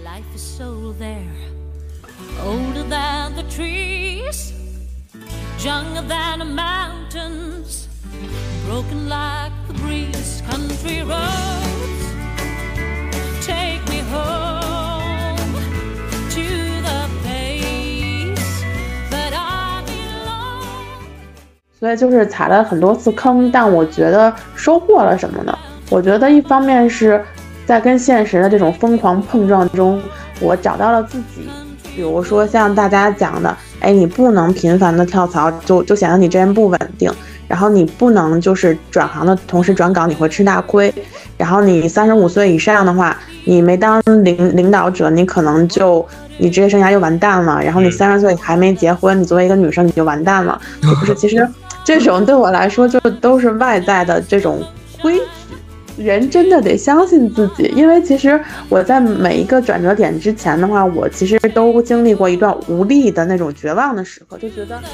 Life is so there, older than the trees, younger than the mountains, broken like the breeze. Country roads take me home to the place that I belong. 所以就是踩了很多次坑，但我觉得收获了什么呢？我觉得一方面是在跟现实的这种疯狂碰撞中，我找到了自己。比如说像大家讲的，你不能频繁的跳槽，就显得你这人不稳定。然后你不能就是转行的同时转岗，你会吃大亏。然后你35岁以上的话，你没当领导者，你可能你职业生涯就完蛋了。然后你30岁还没结婚，你作为一个女生你就完蛋了。就是其实这种对我来说就都是外在的这种规矩。人真的得相信自己，因为其实我在每一个转折点之前的话，我其实都经历过一段无力的那种绝望的时刻，就觉得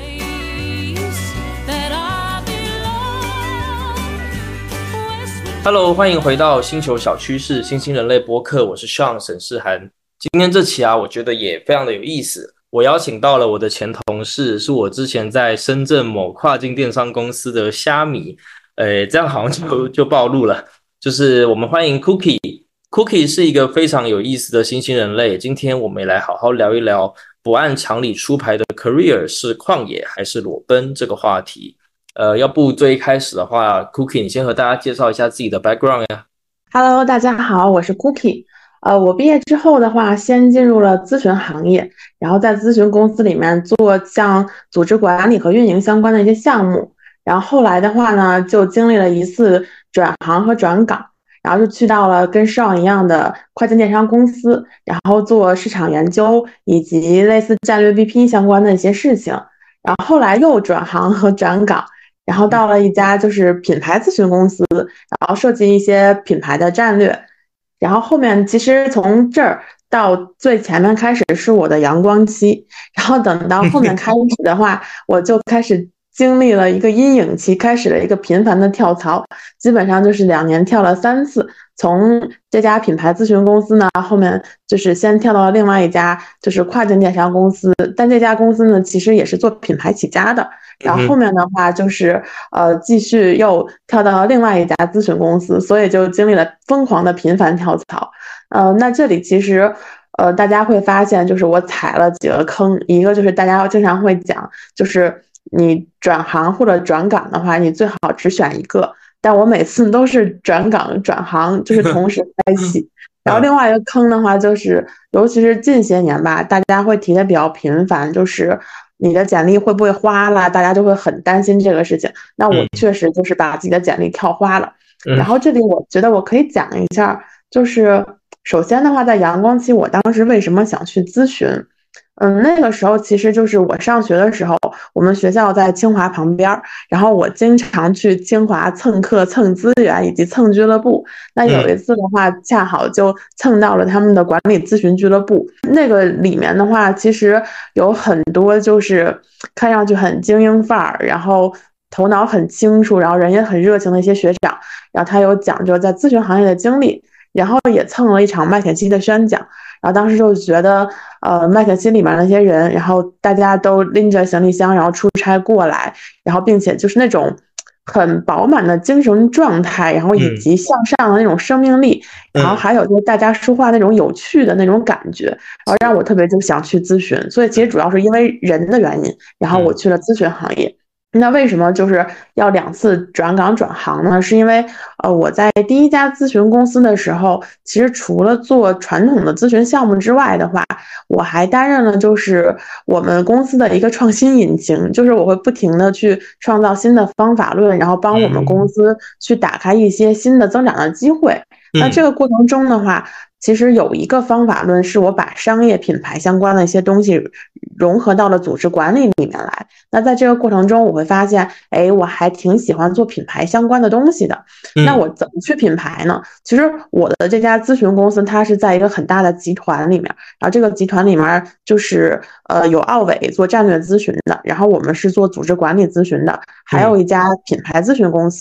Hello， 欢迎回到星球小趋势新兴人类播客，我是 Sean 沈世涵。今天这期我觉得也非常的有意思，我邀请到了我的前同事，是我之前在深圳某跨境电商公司的虾米。这样好像就暴露了，就是我们欢迎 Cookie。Cookie 是一个非常有意思的新兴人类，今天我们也来好好聊一聊不按常理出牌的 career 是旷野还是裸奔这个话题。要不最一开始的话 Cookie 你先和大家介绍一下自己的 background 呀。 Hello， 大家好，我是 Cookie。我毕业之后的话，先进入了咨询行业，然后在咨询公司里面做像组织管理和运营相关的一些项目。然后后来的话呢，就经历了一次转行和转岗，然后就去到了跟Sean一样的跨境电商公司，然后做市场研究以及类似战略 VP 相关的一些事情。然后后来又转行和转岗，然后到了一家就是品牌咨询公司，然后设计一些品牌的战略。然后后面其实从这儿到最前面开始是我的阳光期，然后等到后面开始的话，我就开始经历了一个阴影期，开始了一个频繁的跳槽，基本上就是2年跳了3次。从这家品牌咨询公司呢，后面就是先跳到了另外一家就是跨境电商公司，但这家公司呢其实也是做品牌起家的。然后后面的话就是继续又跳到了另外一家咨询公司，所以就经历了疯狂的频繁跳槽。那这里其实大家会发现就是我踩了几个坑，一个就是大家经常会讲，就是你转行或者转岗的话，你最好只选一个。但我每次都是转岗转行，就是同时开启。然后另外一个坑的话，就是尤其是近些年吧，大家会提的比较频繁，就是你的简历会不会花了，大家就会很担心这个事情。那我确实就是把自己的简历跳花了。然后这里我觉得我可以讲一下，就是首先的话，在阳光期，我当时为什么想去咨询？那个时候其实就是我上学的时候，我们学校在清华旁边，然后我经常去清华蹭课、蹭资源以及蹭俱乐部。那有一次的话，恰好就蹭到了他们的管理咨询俱乐部。那个里面的话，其实有很多就是看上去很精英范儿，然后头脑很清楚，然后人也很热情的一些学长，然后他有讲究在咨询行业的经历，然后也蹭了一场麦肯锡的宣讲。然后当时就觉得麦肯锡里面那些人，然后大家都拎着行李箱然后出差过来，然后并且就是那种很饱满的精神状态，然后以及向上的那种生命力，然后还有就是大家说话那种有趣的那种感觉，然后让我特别就想去咨询。所以其实主要是因为人的原因，然后我去了咨询行业。那为什么就是要2次转岗转行呢？是因为我在第一家咨询公司的时候，其实除了做传统的咨询项目之外的话，我还担任了就是我们公司的一个创新引擎，就是我会不停的去创造新的方法论，然后帮我们公司去打开一些新的增长的机会。那这个过程中的话，其实有一个方法论是我把商业品牌相关的一些东西融合到了组织管理里面来。那在这个过程中我会发现，我还挺喜欢做品牌相关的东西的。那我怎么去品牌呢？其实我的这家咨询公司它是在一个很大的集团里面，然后这个集团里面就是有奥伟做战略咨询的，然后我们是做组织管理咨询的，还有一家品牌咨询公司。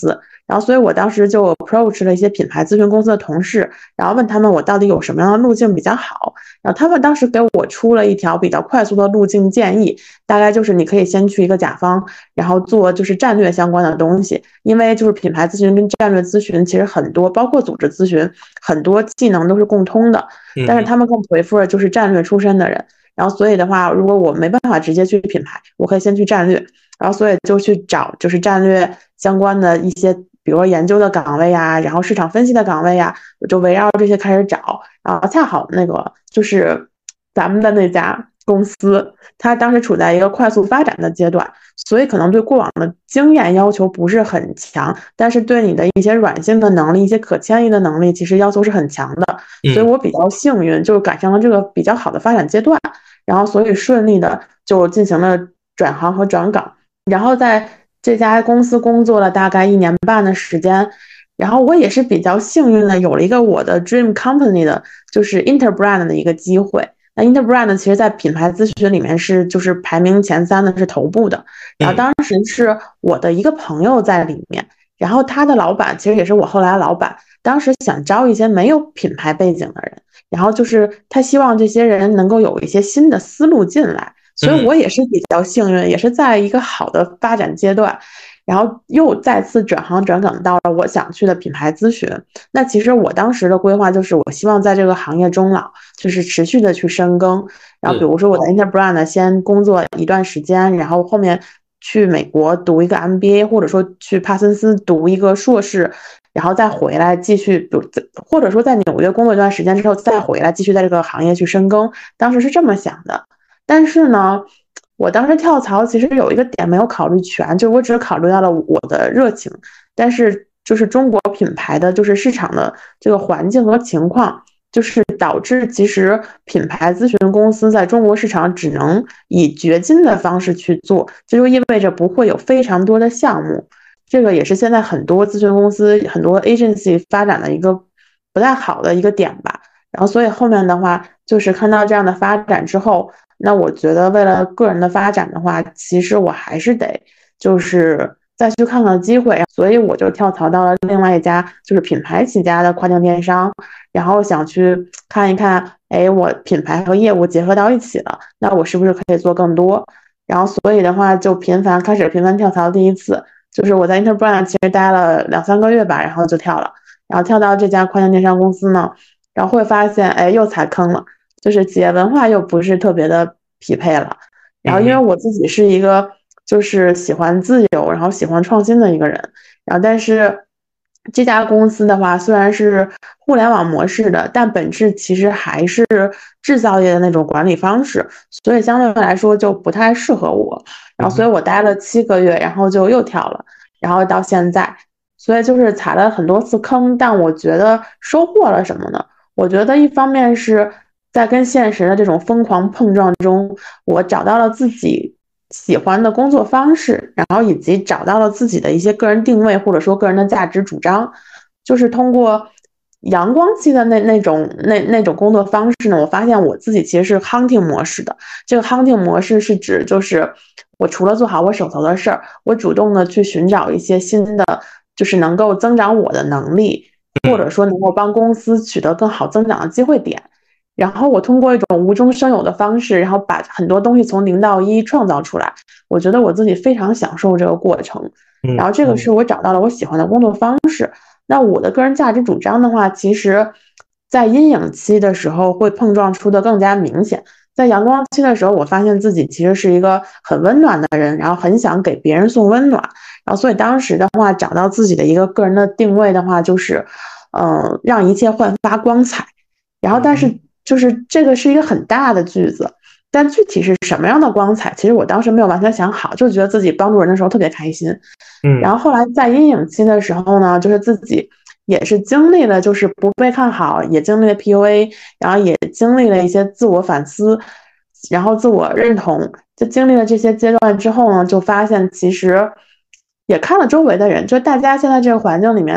然后所以我当时就 approach 了一些品牌咨询公司的同事，然后问他们我到底有什么样的路径比较好，然后他们当时给我出了一条比较快速的路径建议，大概就是你可以先去一个甲方，然后做就是战略相关的东西，因为就是品牌咨询跟战略咨询其实很多，包括组织咨询，很多技能都是共通的，但是他们更回复了就是战略出身的人。然后所以的话，如果我没办法直接去品牌，我可以先去战略，然后所以就去找就是战略相关的一些，比如说研究的岗位啊，然后市场分析的岗位啊，我就围绕这些开始找。然后恰好那个就是咱们的那家公司，它当时处在一个快速发展的阶段，所以可能对过往的经验要求不是很强，但是对你的一些软性的能力、一些可迁移的能力，其实要求是很强的。所以我比较幸运，就是赶上了这个比较好的发展阶段，然后所以顺利的就进行了转行和转岗，然后在这家公司工作了大概1年半的时间。然后我也是比较幸运的，有了一个我的 dream company 的，就是 Interbrand 的一个机会。那 Interbrand 其实在品牌咨询里面是就是排名前3的，是头部的。然后当时是我的一个朋友在里面，然后他的老板其实也是我后来的老板，当时想招一些没有品牌背景的人，然后就是他希望这些人能够有一些新的思路进来，所以我也是比较幸运，也是在一个好的发展阶段。然后又再次转行转岗到了我想去的品牌咨询。那其实我当时的规划就是我希望在这个行业终老，就是持续的去深耕。然后比如说我在 Interbrand 先工作一段时间，然后后面去美国读一个 MBA， 或者说去帕森斯读一个硕士，然后再回来继续，或者说在纽约工作一段时间之后再回来继续在这个行业去深耕。当时是这么想的。但是呢，我当时跳槽其实有一个点没有考虑全，就是我只考虑到了我的热情，但是就是中国品牌的就是市场的这个环境和情况，就是导致其实品牌咨询公司在中国市场只能以掘金的方式去做，这就意味着不会有非常多的项目。这个也是现在很多咨询公司很多 agency 发展的一个不太好的一个点吧。然后所以后面的话就是看到这样的发展之后，那我觉得为了个人的发展的话，其实我还是得就是再去看看机会，所以我就跳槽到了另外一家就是品牌起家的跨境电商，然后想去看一看，我品牌和业务结合到一起了，那我是不是可以做更多？然后所以的话就开始频繁跳槽。第一次就是我在 Interbrand 其实待了2-3个月吧，然后就跳了，然后跳到这家跨境电商公司呢，然后会发现又踩坑了，就是企业文化又不是特别的匹配了。然后因为我自己是一个就是喜欢自由然后喜欢创新的一个人，然后但是这家公司的话虽然是互联网模式的，但本质其实还是制造业的那种管理方式，所以相对来说就不太适合我。然后所以我待了7个月，然后就又跳了，然后到现在，所以就是踩了很多次坑。但我觉得收获了什么呢？我觉得一方面是在跟现实的这种疯狂碰撞中，我找到了自己喜欢的工作方式，然后以及找到了自己的一些个人定位或者说个人的价值主张。就是通过阳光期的那种工作方式呢，我发现我自己其实是 hunting 模式的。这个 hunting 模式是指就是我除了做好我手头的事儿，我主动的去寻找一些新的就是能够增长我的能力，或者说能够帮公司取得更好增长的机会点。然后我通过一种无中生有的方式，然后把很多东西从0到1创造出来，我觉得我自己非常享受这个过程。然后这个是我找到了我喜欢的工作方式。那我的个人价值主张的话，其实在阴影期的时候会碰撞出的更加明显，在阳光期的时候我发现自己其实是一个很温暖的人，然后很想给别人送温暖。然后所以当时的话找到自己的一个个人的定位的话，就是让一切焕发光彩。然后但是就是这个是一个很大的句子，但具体是什么样的光彩，其实我当时没有完全想好，就觉得自己帮助人的时候特别开心。然后后来在阴影期的时候呢，就是自己也是经历了就是不被看好，也经历了 PUA， 然后也经历了一些自我反思，然后自我认同，就经历了这些阶段之后呢，就发现其实也看了周围的人，就大家现在这个环境里面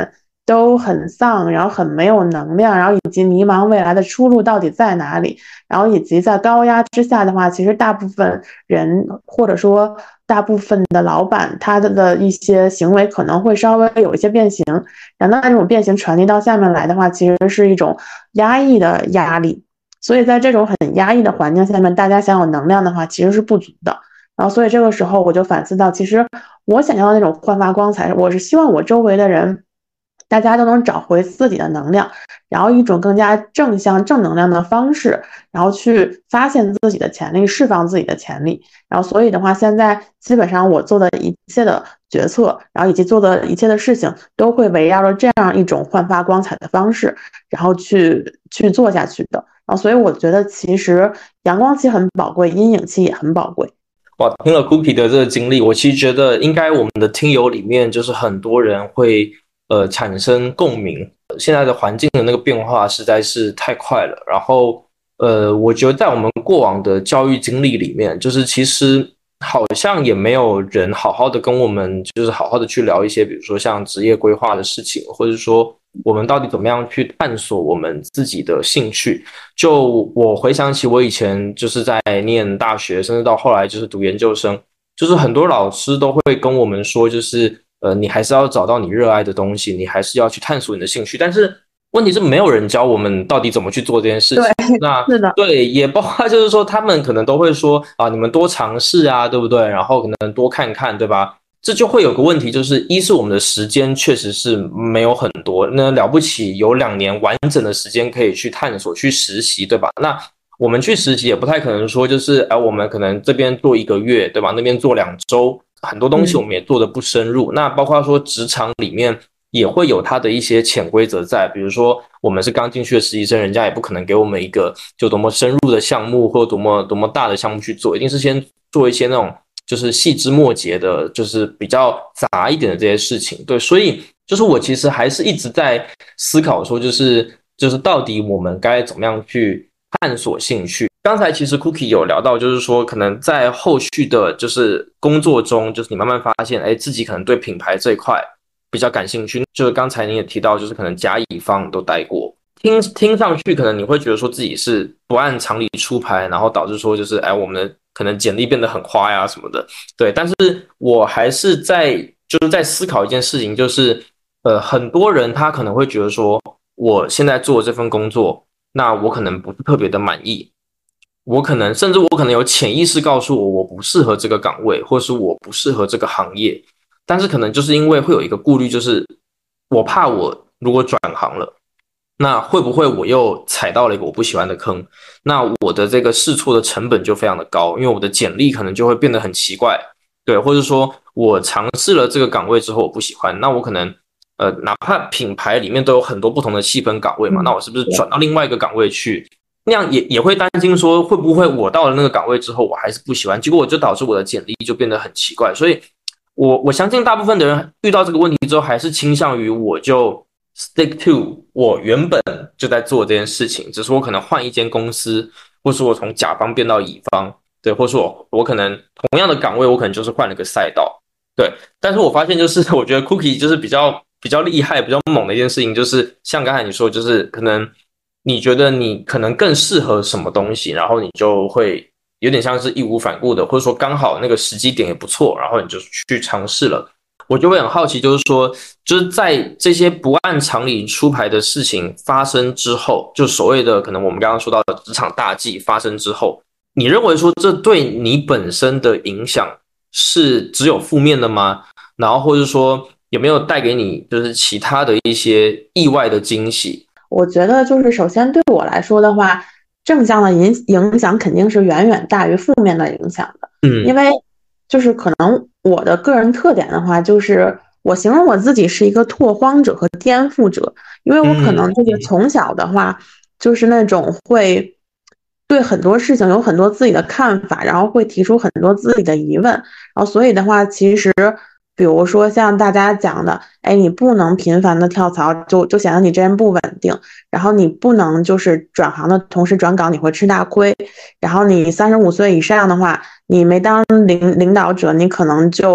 都很丧，然后很没有能量，然后以及迷茫未来的出路到底在哪里，然后以及在高压之下的话，其实大部分人或者说大部分的老板，他的一些行为可能会稍微有一些变形，然后那这种变形传递到下面来的话，其实是一种压抑的压力。所以在这种很压抑的环境下面，大家想有能量的话其实是不足的。然后所以这个时候我就反思到，其实我想要的那种焕发光彩，我是希望我周围的人大家都能找回自己的能量，然后一种更加正向正能量的方式，然后去发现自己的潜力，释放自己的潜力。然后所以的话，现在基本上我做的一切的决策，然后以及做的一切的事情，都会围绕着这样一种焕发光彩的方式，然后去做下去的。然后所以我觉得其实阳光期很宝贵，阴影期也很宝贵。 哇，听了 Cookie 的这个经历，我其实觉得应该我们的听友里面就是很多人会产生共鸣。现在的环境的那个变化实在是太快了，然后我觉得在我们过往的教育经历里面，就是其实好像也没有人好好的跟我们就是好好的去聊一些比如说像职业规划的事情，或者说我们到底怎么样去探索我们自己的兴趣。就我回想起我以前就是在念大学，甚至到后来就是读研究生，就是很多老师都会跟我们说，就是你还是要找到你热爱的东西，你还是要去探索你的兴趣。但是问题是没有人教我们到底怎么去做这件事情。那是的， 对，也包括就是说他们可能都会说啊，你们多尝试啊，对不对？然后可能多看看，对吧？这就会有个问题，就是一是我们的时间确实是没有很多，那了不起有2年完整的时间可以去探索、去实习，对吧？那我们去实习也不太可能说就是我们可能这边做1个月，对吧？那边做2周，很多东西我们也做得不深入。那包括说职场里面也会有它的一些潜规则在，比如说我们是刚进去的实习生，人家也不可能给我们一个就多么深入的项目或多么大的项目去做，一定是先做一些那种就是细枝末节的，就是比较杂一点的这些事情。对，所以就是我其实还是一直在思考说，就是到底我们该怎么样去探索兴趣。刚才其实 Cookie 有聊到，就是说可能在后续的就是工作中，就是你慢慢发现自己可能对品牌这一块比较感兴趣。就是刚才你也提到，就是可能甲乙方都待过，听上去可能你会觉得说自己是不按常理出牌，然后导致说就是我们的可能简历变得很花呀什么的。对，但是我还是就是在思考一件事情，就是很多人他可能会觉得说，我现在做这份工作，那我可能不是特别的满意，甚至我可能有潜意识告诉我不适合这个岗位，或是我不适合这个行业。但是可能就是因为会有一个顾虑，就是我怕我如果转行了，那会不会我又踩到了一个我不喜欢的坑？那我的这个试错的成本就非常的高，因为我的简历可能就会变得很奇怪。对，或者说我尝试了这个岗位之后我不喜欢，那我可能哪怕品牌里面都有很多不同的细分岗位嘛，那我是不是转到另外一个岗位去？那样也会担心说，会不会我到了那个岗位之后我还是不喜欢，结果我就导致我的简历就变得很奇怪。所以我相信大部分的人遇到这个问题之后，还是倾向于我就 stick to 我原本就在做这件事情，只是我可能换一间公司，或是我从甲方变到乙方，对，或是我可能同样的岗位，我可能就是换了个赛道，对。但是我发现就是我觉得 Cookie 就是比较厉害、比较猛的一件事情，就是像刚才你说，就是可能你觉得你可能更适合什么东西，然后你就会有点像是义无反顾的，或者说刚好那个时机点也不错，然后你就去尝试了。我就会很好奇，就是说，就是在这些不按常理出牌的事情发生之后，就所谓的可能我们刚刚说到的职场大忌发生之后，你认为说这对你本身的影响是只有负面的吗？然后或者说有没有带给你就是其他的一些意外的惊喜？ 我觉得就是首先对我来说的话，正向的影响肯定是远远大于负面的影响的。因为就是可能我的个人特点的话，就是我形容我自己是一个拓荒者和颠覆者，因为我可能就是从小的话，就是那种会对很多事情有很多自己的看法，然后会提出很多自己的疑问，然后所以的话，其实比如说像大家讲的，你不能频繁的跳槽，就显得你这人不稳定，然后你不能就是转行的同时转岗，你会吃大亏，然后你35岁以上的话，你没当领导者，你可能就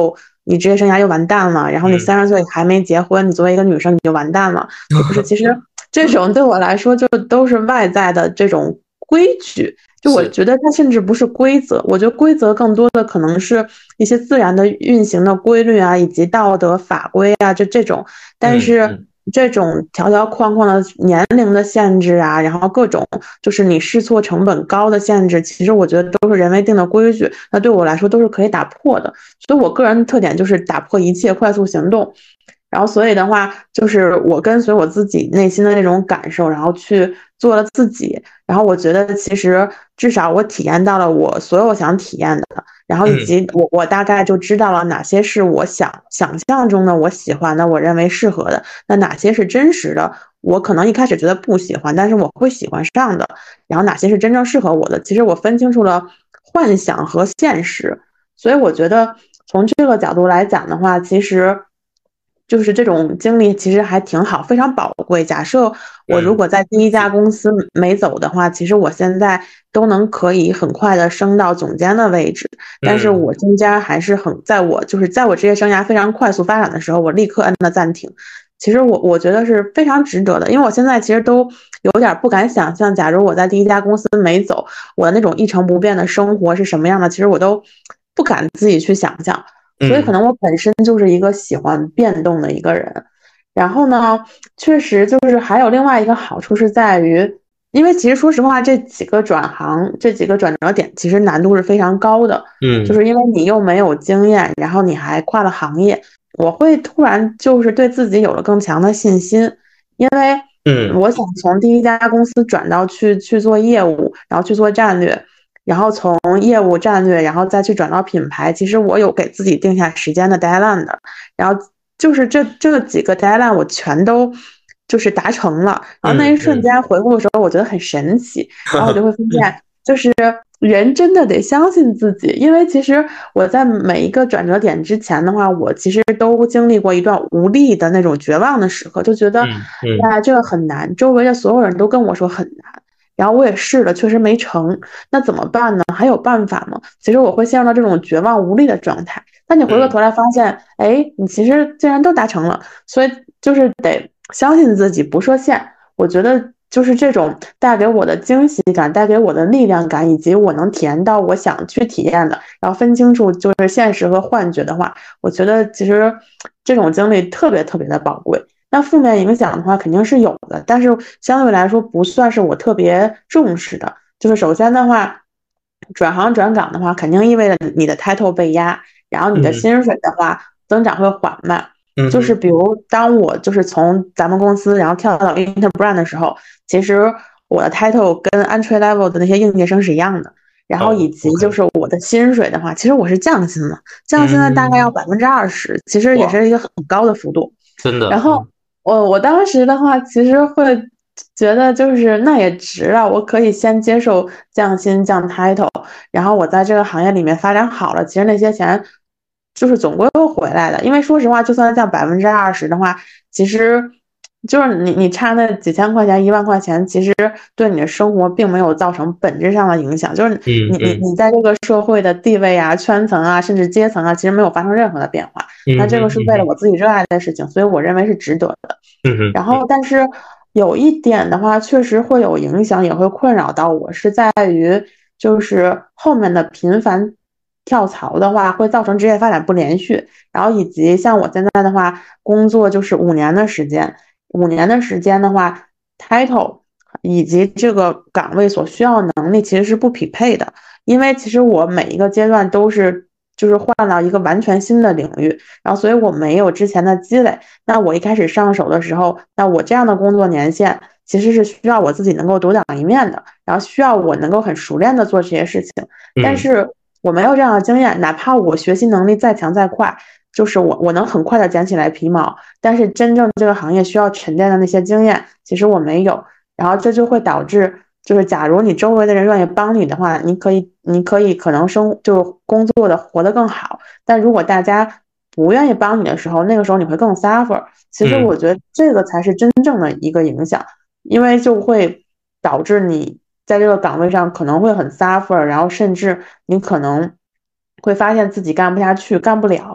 你职业生涯又完蛋了，然后你30岁还没结婚，你作为一个女生你就完蛋了。就是其实这种对我来说就都是外在的这种规矩，就我觉得它甚至不是规则，我觉得规则更多的可能是一些自然的运行的规律啊，以及道德法规啊，这种，但是这种条条框框的年龄的限制啊，然后各种就是你试错成本高的限制，其实我觉得都是人为定的规矩，那对我来说都是可以打破的。所以我个人的特点就是打破一切，快速行动。然后所以的话，就是我跟随我自己内心的那种感受，然后去做了自己。然后我觉得其实至少我体验到了我所有想体验的，然后以及我大概就知道了哪些是我想象中的我喜欢的，我认为适合的，那哪些是真实的，我可能一开始觉得不喜欢，但是我会喜欢上的，然后哪些是真正适合我的，其实我分清楚了幻想和现实。所以我觉得从这个角度来讲的话，其实就是这种经历其实还挺好，非常宝贵。假设我如果在第一家公司没走的话，其实我现在都能可以很快的升到总监的位置，但是我中间还是在我职业生涯非常快速发展的时候，我立刻按了暂停。其实我觉得是非常值得的，因为我现在其实都有点不敢想象，假如我在第一家公司没走，我的那种一成不变的生活是什么样的，其实我都不敢自己去想象。所以可能我本身就是一个喜欢变动的一个人。然后呢，确实就是还有另外一个好处是在于，因为其实说实话，这几个转折点其实难度是非常高的。就是因为你又没有经验，然后你还跨了行业，我会突然就是对自己有了更强的信心，因为我想从第一家公司转到去做业务，然后去做战略，然后从业务战略，然后再去转到品牌，其实我有给自己定下时间的 deadline 的，然后就是这几个 deadline 我全都就是达成了，然后那一瞬间回顾的时候，我觉得很神奇，然后我就会发现，就是人真的得相信自己，因为其实我在每一个转折点之前的话，我其实都经历过一段无力的那种绝望的时刻，就觉得呀这个很难，周围的所有人都跟我说很难。然后我也试了，确实没成，那怎么办呢？还有办法吗？其实我会陷入到这种绝望无力的状态。但你回过头来发现，哎，你其实竟然都达成了，所以就是得相信自己，不设限。我觉得就是这种带给我的惊喜感，带给我的力量感，以及我能体验到我想去体验的，然后分清楚就是现实和幻觉的话，我觉得其实这种经历特别特别的宝贵。那负面影响的话肯定是有的，但是相对来说不算是我特别重视的。就是首先的话，转行转岗的话，肯定意味着你的 title 被压，然后你的薪水的话增长会缓慢。就是比如当我就是从咱们公司然后跳到 Interbrand 的时候，其实我的 title 跟 entry level 的那些应届生是一样的，然后以及就是我的薪水的话，其实我是降薪了，降薪了大概要20%，其实也是一个很高的幅度， 真的。 然后我当时的话，其实会觉得就是那也值了，我可以先接受降薪降 title， 然后我在这个行业里面发展好了，其实那些钱就是总归会回来的。因为说实话，就算降20%的话，其实就是你差那几千块钱、1万块钱，其实对你的生活并没有造成本质上的影响。就是你在这个社会的地位啊、圈层啊，甚至阶层啊，其实没有发生任何的变化。那这个是为了我自己热爱的事情，所以我认为是值得的。然后，但是有一点的话，确实会有影响，也会困扰到我，是在于就是后面的频繁跳槽的话，会造成职业发展不连续。然后以及像我现在的话，工作就是5年的时间，5年的时间的话 ，title 以及这个岗位所需要的能力其实是不匹配的，因为其实我每一个阶段都是就是换到一个完全新的领域，然后所以我没有之前的积累。那我一开始上手的时候，那我这样的工作年限其实是需要我自己能够独当一面的，然后需要我能够很熟练的做这些事情。但是我没有这样的经验，哪怕我学习能力再强再快，就是我能很快的捡起来皮毛，但是真正这个行业需要沉淀的那些经验，其实我没有。然后这就会导致，就是假如你周围的人愿意帮你的话，你可以可能就工作的活得更好。但如果大家不愿意帮你的时候，那个时候你会更 suffer。其实我觉得这个才是真正的一个影响，因为就会导致你在这个岗位上可能会很 suffer， 然后甚至你可能会发现自己干不下去，干不了。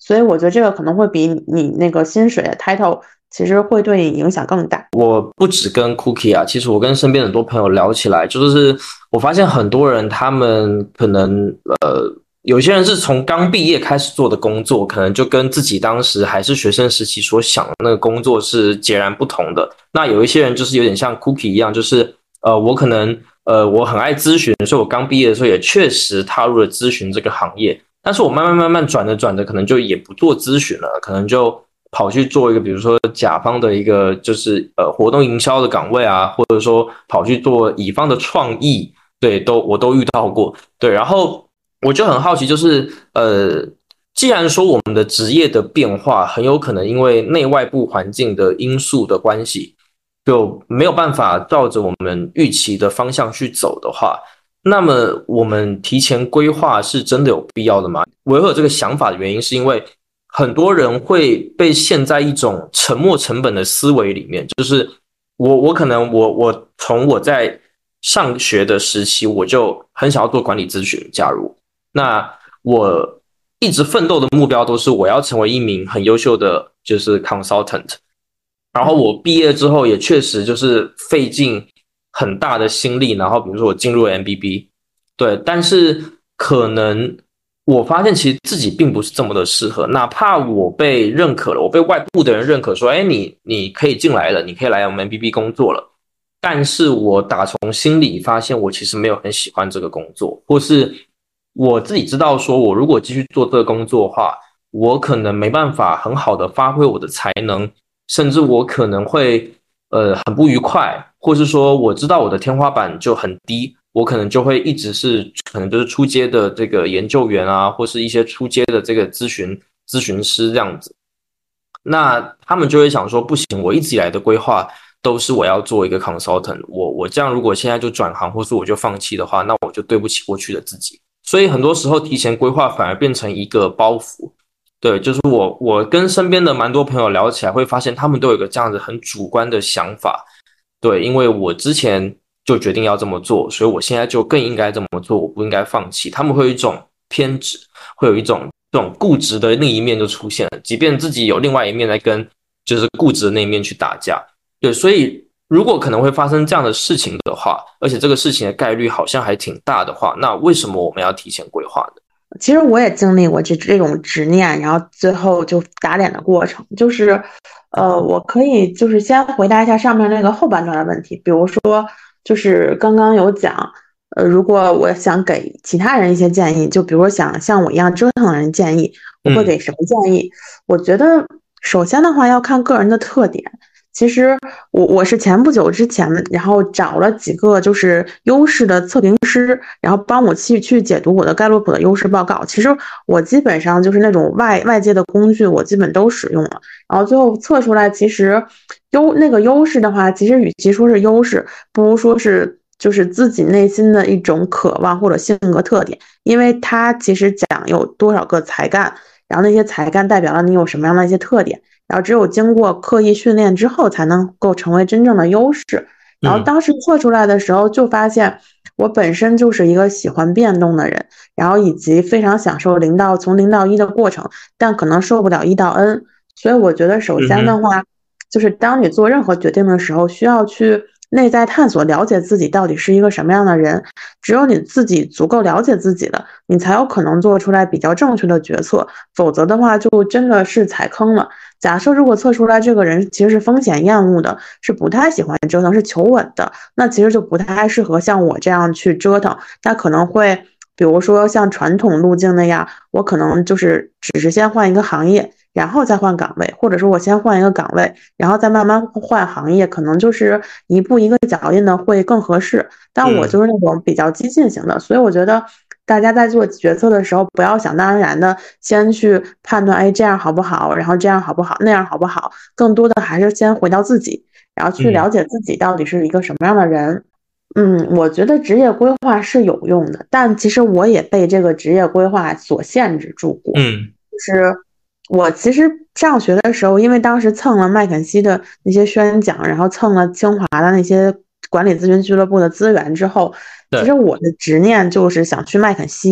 所以我觉得这个可能会比你那个薪水的 title 其实会对你影响更大。 我不只跟 Cookie 啊，其实我跟身边很多朋友聊起来，就是我发现很多人他们可能有些人是从刚毕业开始做的工作，可能就跟自己当时还是学生时期所想的那个工作是截然不同的。那有一些人就是有点像 Cookie 一样，就是我可能我很爱咨询，所以我刚毕业的时候也确实踏入了咨询这个行业。但是我慢慢转着，可能就也不做咨询了，可能就跑去做一个，比如说甲方的一个就是活动营销的岗位啊，或者说跑去做乙方的创意，对，我都遇到过。对，然后我就很好奇，就是既然说我们的职业的变化很有可能因为内外部环境的因素的关系，就没有办法照着我们预期的方向去走的话，那么我们提前规划是真的有必要的吗？我有这个想法的原因是因为很多人会被陷在一种沉没成本的思维里面，就是我可能我从我在上学的时期我就很想要做管理咨询，假如那我一直奋斗的目标都是我要成为一名很优秀的就是 consultant， 然后我毕业之后也确实就是费尽很大的心力，然后比如说我进入了 MBB， 对，但是可能我发现其实自己并不是这么的适合，哪怕我被认可了，我被外部的人认可说，哎，你可以进来了，你可以来我们 MBB 工作了，但是我打从心里发现我其实没有很喜欢这个工作，或是我自己知道说我如果继续做这个工作的话，我可能没办法很好的发挥我的才能，甚至我可能会很不愉快，或是说我知道我的天花板就很低，我可能就会一直是可能就是初阶的这个研究员啊，或是一些初阶的这个咨询师这样子。那他们就会想说，不行，我一直以来的规划都是我要做一个 consultant， 我这样如果现在就转行，或是我就放弃的话，那我就对不起过去的自己。所以很多时候提前规划反而变成一个包袱。对，就是我跟身边的蛮多朋友聊起来，会发现他们都有一个这样子很主观的想法。对，因为我之前就决定要这么做，所以我现在就更应该这么做，我不应该放弃。他们会有一种偏执，会有一种这种固执的另一面就出现了，即便自己有另外一面在跟就是固执的那一面去打架。对，所以如果可能会发生这样的事情的话，而且这个事情的概率好像还挺大的话，那为什么我们要提前规划呢？ 其实我也经历过这种执念，然后最后就打脸的过程。就是我可以就是先回答一下上面那个后半段的问题，比如说就是刚刚有讲如果我想给其他人一些建议，就比如说想像我一样折腾的人建议，我会给什么建议？我觉得首先的话要看个人的特点。其实我是前不久之前，然后找了几个就是优势的测评师，然后帮我去解读我的盖洛普的优势报告。其实我基本上就是那种外界的工具，我基本都使用了，然后最后测出来，其实那个优势的话，其实与其说是优势，不如说是就是自己内心的一种渴望或者性格特点，因为它其实讲有多少个才干，然后那些才干代表了你有什么样的一些特点。然后只有经过刻意训练之后才能够成为真正的优势。然后当时测出来的时候就发现我本身就是一个喜欢变动的人，然后以及非常享受从0到1的过程，但可能受不了1到N。所以我觉得首先的话，就是当你做任何决定的时候，需要去内在探索，了解自己到底是一个什么样的人。只有你自己足够了解自己了，你才有可能做出来比较正确的决策，否则的话就真的是踩坑了。假设如果测出来这个人其实是风险厌恶的，是不太喜欢折腾，是求稳的，那其实就不太适合像我这样去折腾。那可能会比如说像传统路径那样，我可能就是只是先换一个行业，然后再换岗位，或者说我先换一个岗位，然后再慢慢换行业，可能就是一步一个脚印的会更合适。但我就是那种比较激进型的，所以我觉得大家在做决策的时候，不要想当然的先去判断，哎，这样好不好，然后这样好不好，那样好不好，更多的还是先回到自己，然后去了解自己到底是一个什么样的人。我觉得职业规划是有用的，但其实我也被这个职业规划所限制住过。就是我其实上学的时候，因为当时蹭了麦肯锡的那些宣讲，然后蹭了清华的那些管理咨询俱乐部的资源之后，其实我的执念就是想去麦肯锡。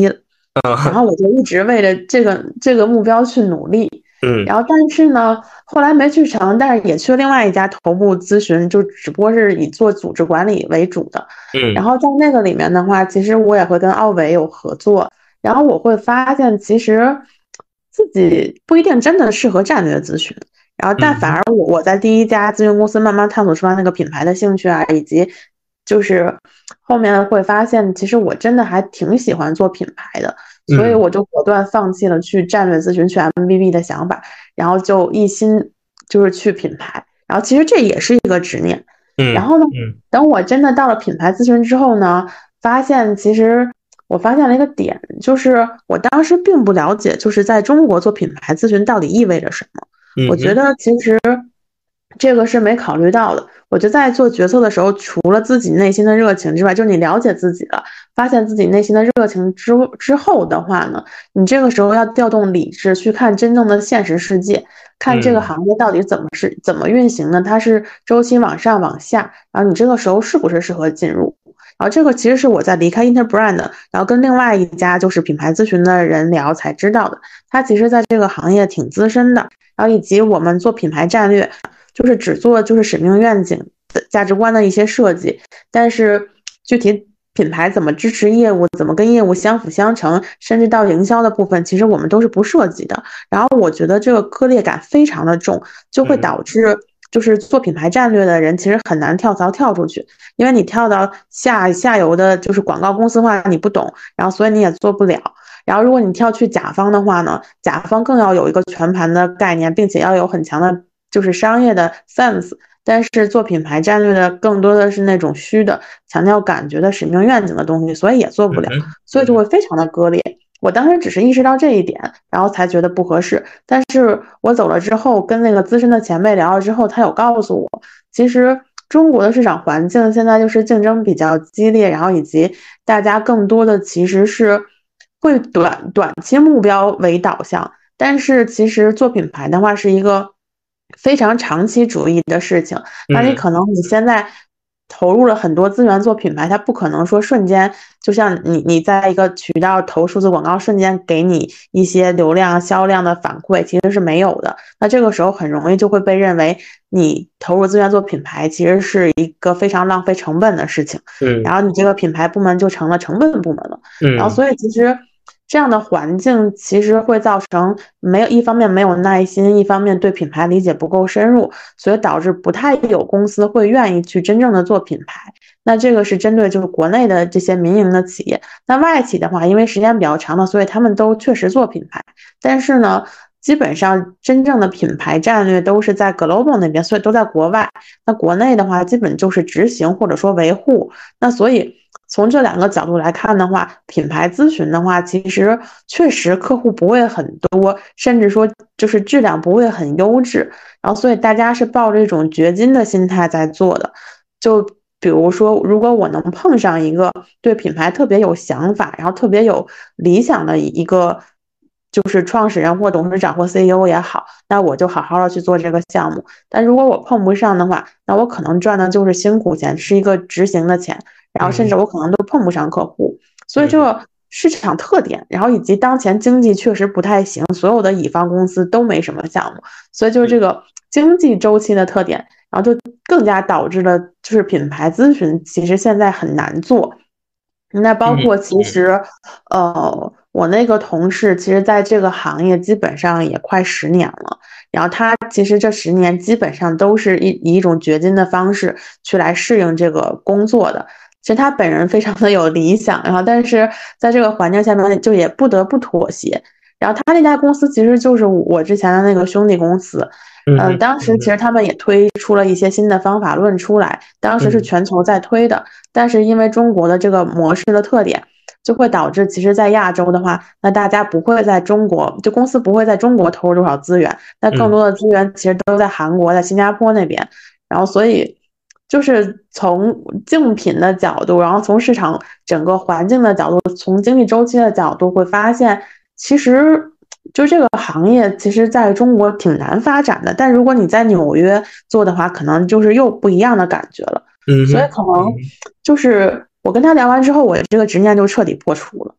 然后我就一直为了这个目标去努力。然后但是呢，后来没去成，但是也去了另外一家头部咨询，就只不过是以做组织管理为主的。然后在那个里面的话，其实我也会跟奥伟有合作，然后我会发现其实自己不一定真的适合战略咨询，然后但反而我在第一家咨询公司慢慢探索出来那个品牌的兴趣啊，以及就是后面会发现其实我真的还挺喜欢做品牌的，所以我就果断放弃了去战略咨询去 MBB 的想法，然后就一心就是去品牌，然后其实这也是一个执念。然后呢，等我真的到了品牌咨询之后呢，发现其实我发现了一个点，就是我当时并不了解就是在中国做品牌咨询到底意味着什么。我觉得其实这个是没考虑到的。我觉得在做决策的时候，除了自己内心的热情之外，就是你了解自己了，发现自己内心的热情之后的话呢，你这个时候要调动理智去看真正的现实世界，看这个行业到底怎么运行的，它是周期往上往下，然后你这个时候是不是适合进入。然后这个其实是我在离开 Interbrand， 然后跟另外一家就是品牌咨询的人聊才知道的。他其实在这个行业挺资深的，然后以及我们做品牌战略，就是只做就是使命愿景的价值观的一些设计，但是具体品牌怎么支持业务，怎么跟业务相辅相成，甚至到营销的部分，其实我们都是不涉及的。然后我觉得这个割裂感非常的重，就会导致就是做品牌战略的人其实很难跳槽跳出去，因为你跳到下游的就是广告公司的话你不懂，然后所以你也做不了。然后如果你跳去甲方的话呢，甲方更要有一个全盘的概念，并且要有很强的就是商业的 sense， 但是做品牌战略的更多的是那种虚的强调感觉的使命愿景的东西，所以也做不了，所以就会非常的割裂。我当时只是意识到这一点，然后才觉得不合适。但是我走了之后，跟那个资深的前辈聊了之后，他有告诉我，其实中国的市场环境现在就是竞争比较激烈，然后以及大家更多的其实是会短期目标为导向，但是其实做品牌的话是一个非常长期主义的事情。那你可能你现在投入了很多资源做品牌，它不可能说瞬间就像你在一个渠道投数字广告瞬间给你一些流量销量的反馈，其实是没有的。那这个时候很容易就会被认为你投入资源做品牌其实是一个非常浪费成本的事情，然后你这个品牌部门就成了成本部门了。然后所以其实这样的环境其实会造成一方面没有耐心，一方面对品牌理解不够深入，所以导致不太有公司会愿意去真正的做品牌。那这个是针对就是国内的这些民营的企业。那外企的话，因为时间比较长了，所以他们都确实做品牌，但是呢基本上真正的品牌战略都是在 global 那边，所以都在国外。那国内的话基本就是执行或者说维护。那所以从这两个角度来看的话，品牌咨询的话其实确实客户不会很多，甚至说就是质量不会很优质，然后所以大家是抱着一种掘金的心态在做的。就比如说如果我能碰上一个对品牌特别有想法，然后特别有理想的一个就是创始人或董事长或 CEO 也好，那我就好好的去做这个项目。但如果我碰不上的话，那我可能赚的就是辛苦钱，是一个执行的钱，然后甚至我可能都碰不上客户。所以这个市场特点，然后以及当前经济确实不太行，所有的乙方公司都没什么项目，所以就是这个经济周期的特点，然后就更加导致了就是品牌咨询其实现在很难做。那包括其实我那个同事其实在这个行业基本上也快10年了，然后他其实这10年基本上都是以一种掘金的方式去来适应这个工作的。其实他本人非常的有理想，然后但是在这个环境下面就也不得不妥协。然后他那家公司其实就是我之前的那个兄弟公司，当时其实他们也推出了一些新的方法论出来，当时是全球在推的，但是因为中国的这个模式的特点，就会导致其实在亚洲的话，那大家不会在中国，就公司不会在中国投入多少资源，那更多的资源其实都在韩国在新加坡那边。然后所以就是从竞品的角度，然后从市场整个环境的角度，从经济周期的角度，会发现其实就这个行业其实在中国挺难发展的，但如果你在纽约做的话，可能就是又不一样的感觉了。所以可能就是我跟他聊完之后，我这个执念就彻底破除了。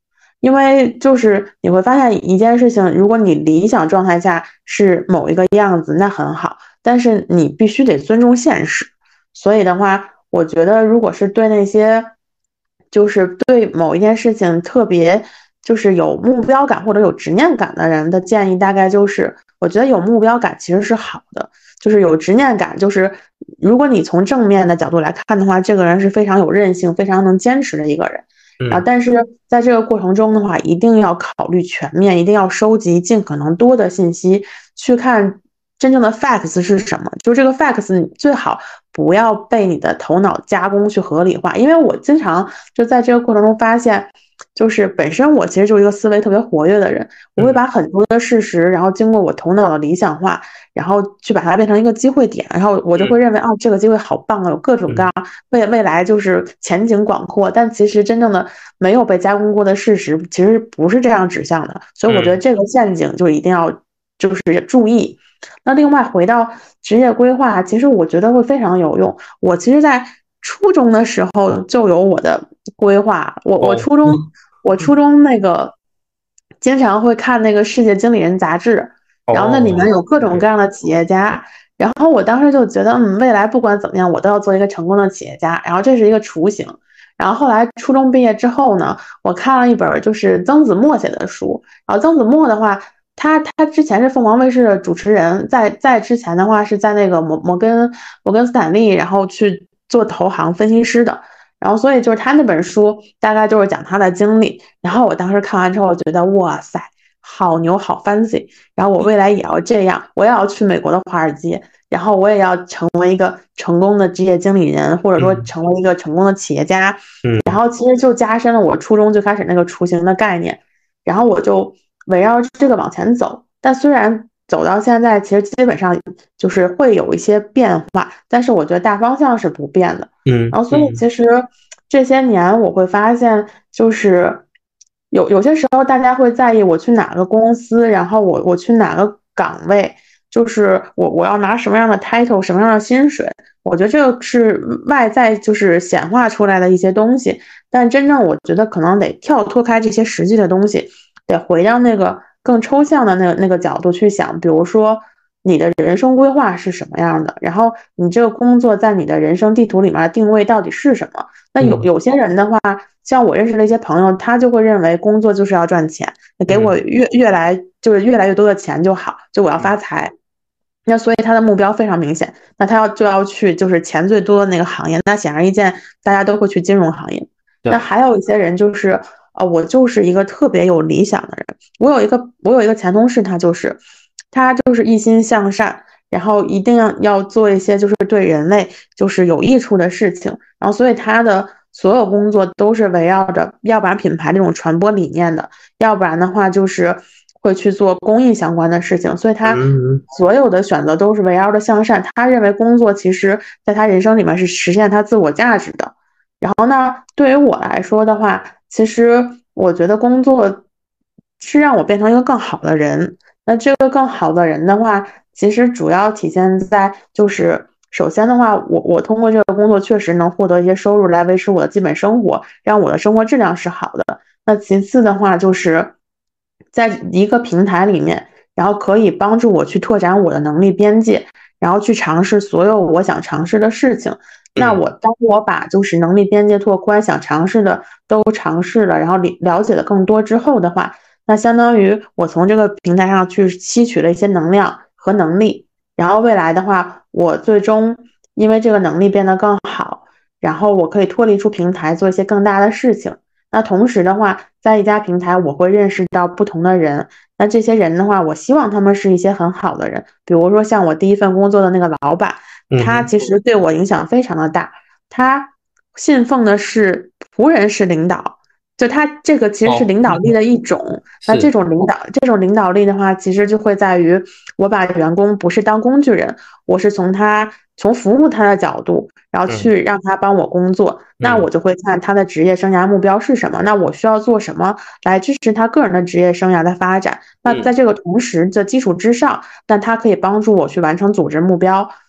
因为就是你会发现一件事情，如果你理想状态下是某一个样子，那很好，但是你必须得尊重现实。所以的话，我觉得如果是对那些就是对某一件事情特别就是有目标感或者有执念感的人的建议，大概就是我觉得有目标感其实是好的，就是有执念感，就是如果你从正面的角度来看的话，这个人是非常有韧性、非常能坚持的一个人。但是在这个过程中的话，一定要考虑全面，一定要收集尽可能多的信息，去看真正的 facts 是什么。就这个 facts 你最好不要被你的头脑加工去合理化，因为我经常就在这个过程中发现，就是本身我其实就是一个思维特别活跃的人，我会把很多的事实，然后经过我头脑的理想化，然后去把它变成一个机会点，然后我就会认为这个机会好棒啊，有各种各样未来就是前景广阔，但其实真正的没有被加工过的事实其实不是这样指向的，所以我觉得这个陷阱就一定要就是注意。那另外回到职业规划，其实我觉得会非常有用。我其实在初中的时候就有我的规划，我初中那个经常会看那个世界经理人杂志，然后那里面有各种各样的企业家，然后我当时就觉得未来不管怎么样我都要做一个成功的企业家，然后这是一个雏形。然后后来初中毕业之后呢，我看了一本就是曾子墨写的书，然后曾子墨的话他之前是凤凰卫视的主持人，在之前的话是在那个摩根斯坦利，然后去做投行分析师的，然后所以就是他那本书大概就是讲他的经历，然后我当时看完之后觉得哇塞，好牛好 fancy， 然后我未来也要这样，我也要去美国的华尔街，然后我也要成为一个成功的职业经理人，或者说成为一个成功的企业家，然后其实就加深了我初中就开始那个雏形的概念，然后我就围绕这个往前走，但虽然走到现在其实基本上就是会有一些变化，但是我觉得大方向是不变的。然后所以其实这些年我会发现，就是有些时候大家会在意我去哪个公司，然后我去哪个岗位，就是我要拿什么样的 title 什么样的薪水，我觉得这个是外在就是显化出来的一些东西，但真正我觉得可能得跳脱开这些实际的东西，得回到那个更抽象的那个角度去想，比如说你的人生规划是什么样的，然后你这个工作在你的人生地图里面的定位到底是什么。那有些人的话，像我认识的一些朋友，他就会认为工作就是要赚钱，给我越来越多的钱就好，就我要发财。那所以他的目标非常明显，那他就要去就是钱最多的那个行业，那显而易见大家都会去金融行业。那还有一些人就是我就是一个特别有理想的人，我有一个前同事，他就是一心向善，然后一定要做一些就是对人类就是有益处的事情，然后所以他的所有工作都是围绕着要不然品牌这种传播理念的，要不然的话就是会去做公益相关的事情，所以他所有的选择都是围绕着向善。他认为工作其实在他人生里面是实现他自我价值的。然后呢，对于我来说的话，其实我觉得工作是让我变成一个更好的人。那这个更好的人的话，其实主要体现在就是首先的话，我通过这个工作确实能获得一些收入来维持我的基本生活，让我的生活质量是好的。那其次的话，就是在一个平台里面，然后可以帮助我去拓展我的能力边界，然后去尝试所有我想尝试的事情。那当我把就是能力边界拓宽，想尝试的都尝试了，然后了解的更多之后的话，那相当于我从这个平台上去吸取了一些能量和能力，然后未来的话，我最终因为这个能力变得更好，然后我可以脱离出平台做一些更大的事情。那同时的话，在一家平台我会认识到不同的人，那这些人的话，我希望他们是一些很好的人，比如说像我第一份工作的那个老板，他其实对我影响非常的大，他信奉的是仆人式领导，就他这个其实是领导力的一种。那这种领导力的话，其实就会在于我把员工不是当工具人，我是从服务他的角度，然后去让他帮我工作。那我就会看他的职业生涯目标是什么，那我需要做什么来支持他个人的职业生涯的发展。那在这个同时的基础之上，那他可以帮助我去完成组织目标。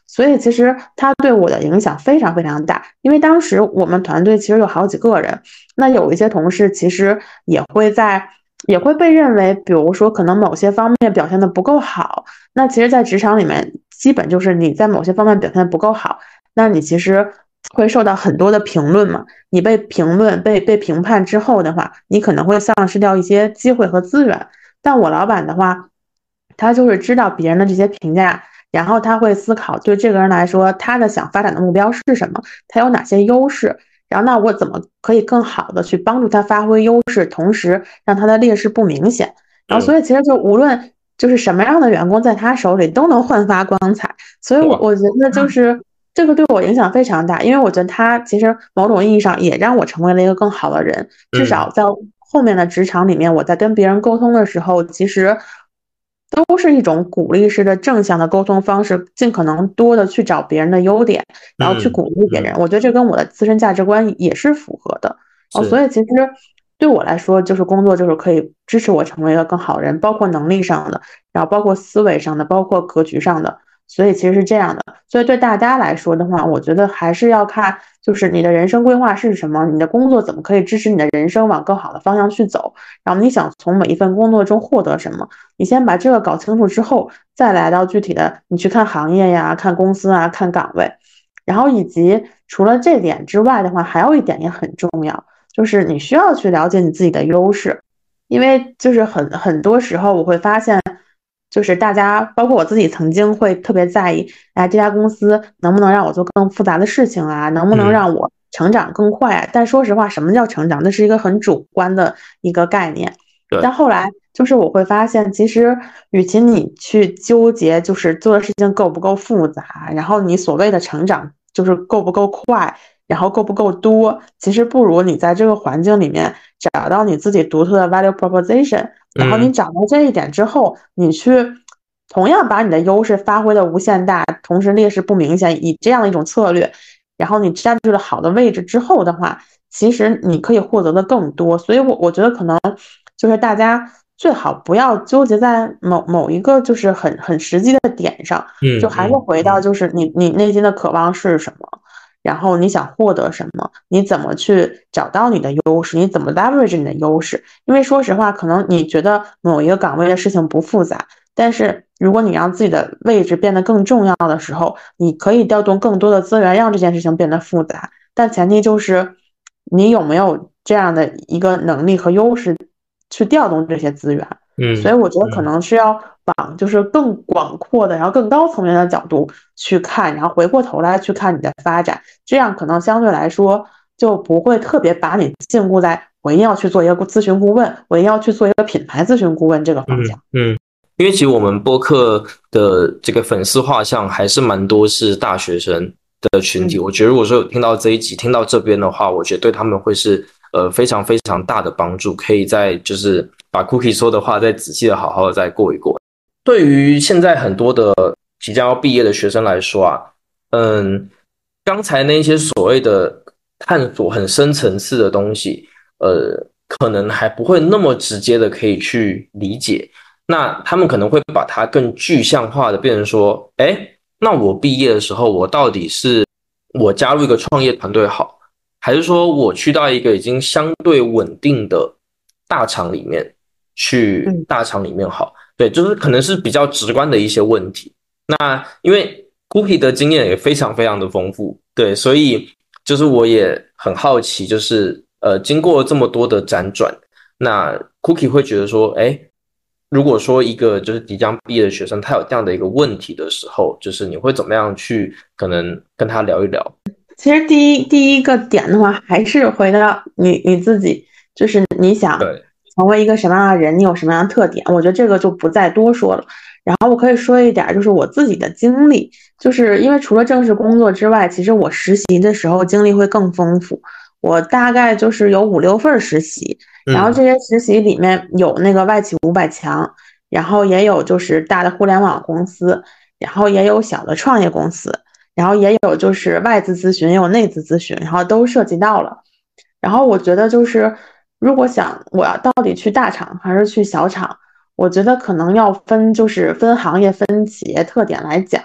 所以其实他对我的影响非常非常大。因为当时我们团队其实有好几个人，那有一些同事其实也会被认为，比如说可能某些方面表现的不够好，那其实在职场里面基本就是你在某些方面表现的不够好，那你其实会受到很多的评论嘛，你被评论被评判之后的话，你可能会丧失掉一些机会和资源。但我老板的话，他就是知道别人的这些评价，然后他会思考对这个人来说他的想发展的目标是什么，他有哪些优势，然后那我怎么可以更好的去帮助他发挥优势，同时让他的劣势不明显。然后所以其实就无论就是什么样的员工在他手里都能焕发光彩。所以我觉得就是这个对我影响非常大，因为我觉得他其实某种意义上也让我成为了一个更好的人，至少在后面的职场里面，我在跟别人沟通的时候，其实都是一种鼓励式的正向的沟通方式，尽可能多的去找别人的优点，然后去鼓励别人。我觉得这跟我的自身价值观也是符合的。所以其实对我来说，就是工作就是可以支持我成为一个更好的人，包括能力上的，然后包括思维上的，包括格局上的。所以其实是这样的。所以对大家来说的话，我觉得还是要看就是你的人生规划是什么，你的工作怎么可以支持你的人生往更好的方向去走，然后你想从每一份工作中获得什么，你先把这个搞清楚之后，再来到具体的你去看行业呀，看公司啊，看岗位。然后以及除了这点之外的话，还有一点也很重要，就是你需要去了解你自己的优势。因为就是很多时候我会发现，就是大家包括我自己曾经会特别在意，这家公司能不能让我做更复杂的事情啊，能不能让我成长更快啊。但说实话，什么叫成长，那是一个很主观的一个概念。但后来就是我会发现，其实与其你去纠结就是做的事情够不够复杂，然后你所谓的成长就是够不够快，然后够不够多，其实不如你在这个环境里面找到你自己独特的 value proposition， 然后你找到这一点之后，你去同样把你的优势发挥的无限大，同时劣势不明显，以这样的一种策略，然后你占据了好的位置之后的话，其实你可以获得的更多。所以我觉得可能就是大家最好不要纠结在某一个就是很实际的点上，就还是回到就是你内心的渴望是什么，然后你想获得什么，你怎么去找到你的优势，你怎么 leverage 你的优势。因为说实话，可能你觉得某一个岗位的事情不复杂，但是如果你让自己的位置变得更重要的时候，你可以调动更多的资源让这件事情变得复杂，但前提就是你有没有这样的一个能力和优势去调动这些资源。所以我觉得可能是要往就是更广阔的，然后更高层面的角度去看，然后回过头来去看你的发展，这样可能相对来说就不会特别把你禁锢在我一定要去做一个咨询顾问，我一定要去做一个品牌咨询顾问这个方向。 因为其实我们播客的这个粉丝画像还是蛮多是大学生的群体，我觉得如果说有听到这一集听到这边的话，我觉得对他们会是非常非常大的帮助，可以再就是把 Cookie 说的话再仔细的好好的再过一过。对于现在很多的即将要毕业的学生来说啊，刚才那些所谓的探索很深层次的东西，可能还不会那么直接的可以去理解，那他们可能会把它更具象化的变成说，那我毕业的时候，我到底是我加入一个创业团队好，还是说我去到一个已经相对稳定的大厂里面去大厂里面好？对，就是可能是比较直观的一些问题。那因为 Cookie 的经验也非常非常的丰富，对，所以就是我也很好奇，就是经过这么多的辗转，那 Cookie 会觉得说，如果说一个就是即将毕业的学生，他有这样的一个问题的时候，就是你会怎么样去可能跟他聊一聊？ 其实第一个点的话，还是回到你自己，就是你想成为一个什么样的人，你有什么样的特点，我觉得这个就不再多说了。然后我可以说一点，就是我自己的经历，就是因为除了正式工作之外，其实我实习的时候经历会更丰富。我大概就是有5、6份实习，然后这些实习里面有那个外企500强，然后也有就是大的互联网公司，然后也有小的创业公司，然后也有就是外资咨询，也有内资咨询，然后都涉及到了。然后我觉得就是如果想我要到底去大厂还是去小厂，我觉得可能要分行业分企业特点来讲。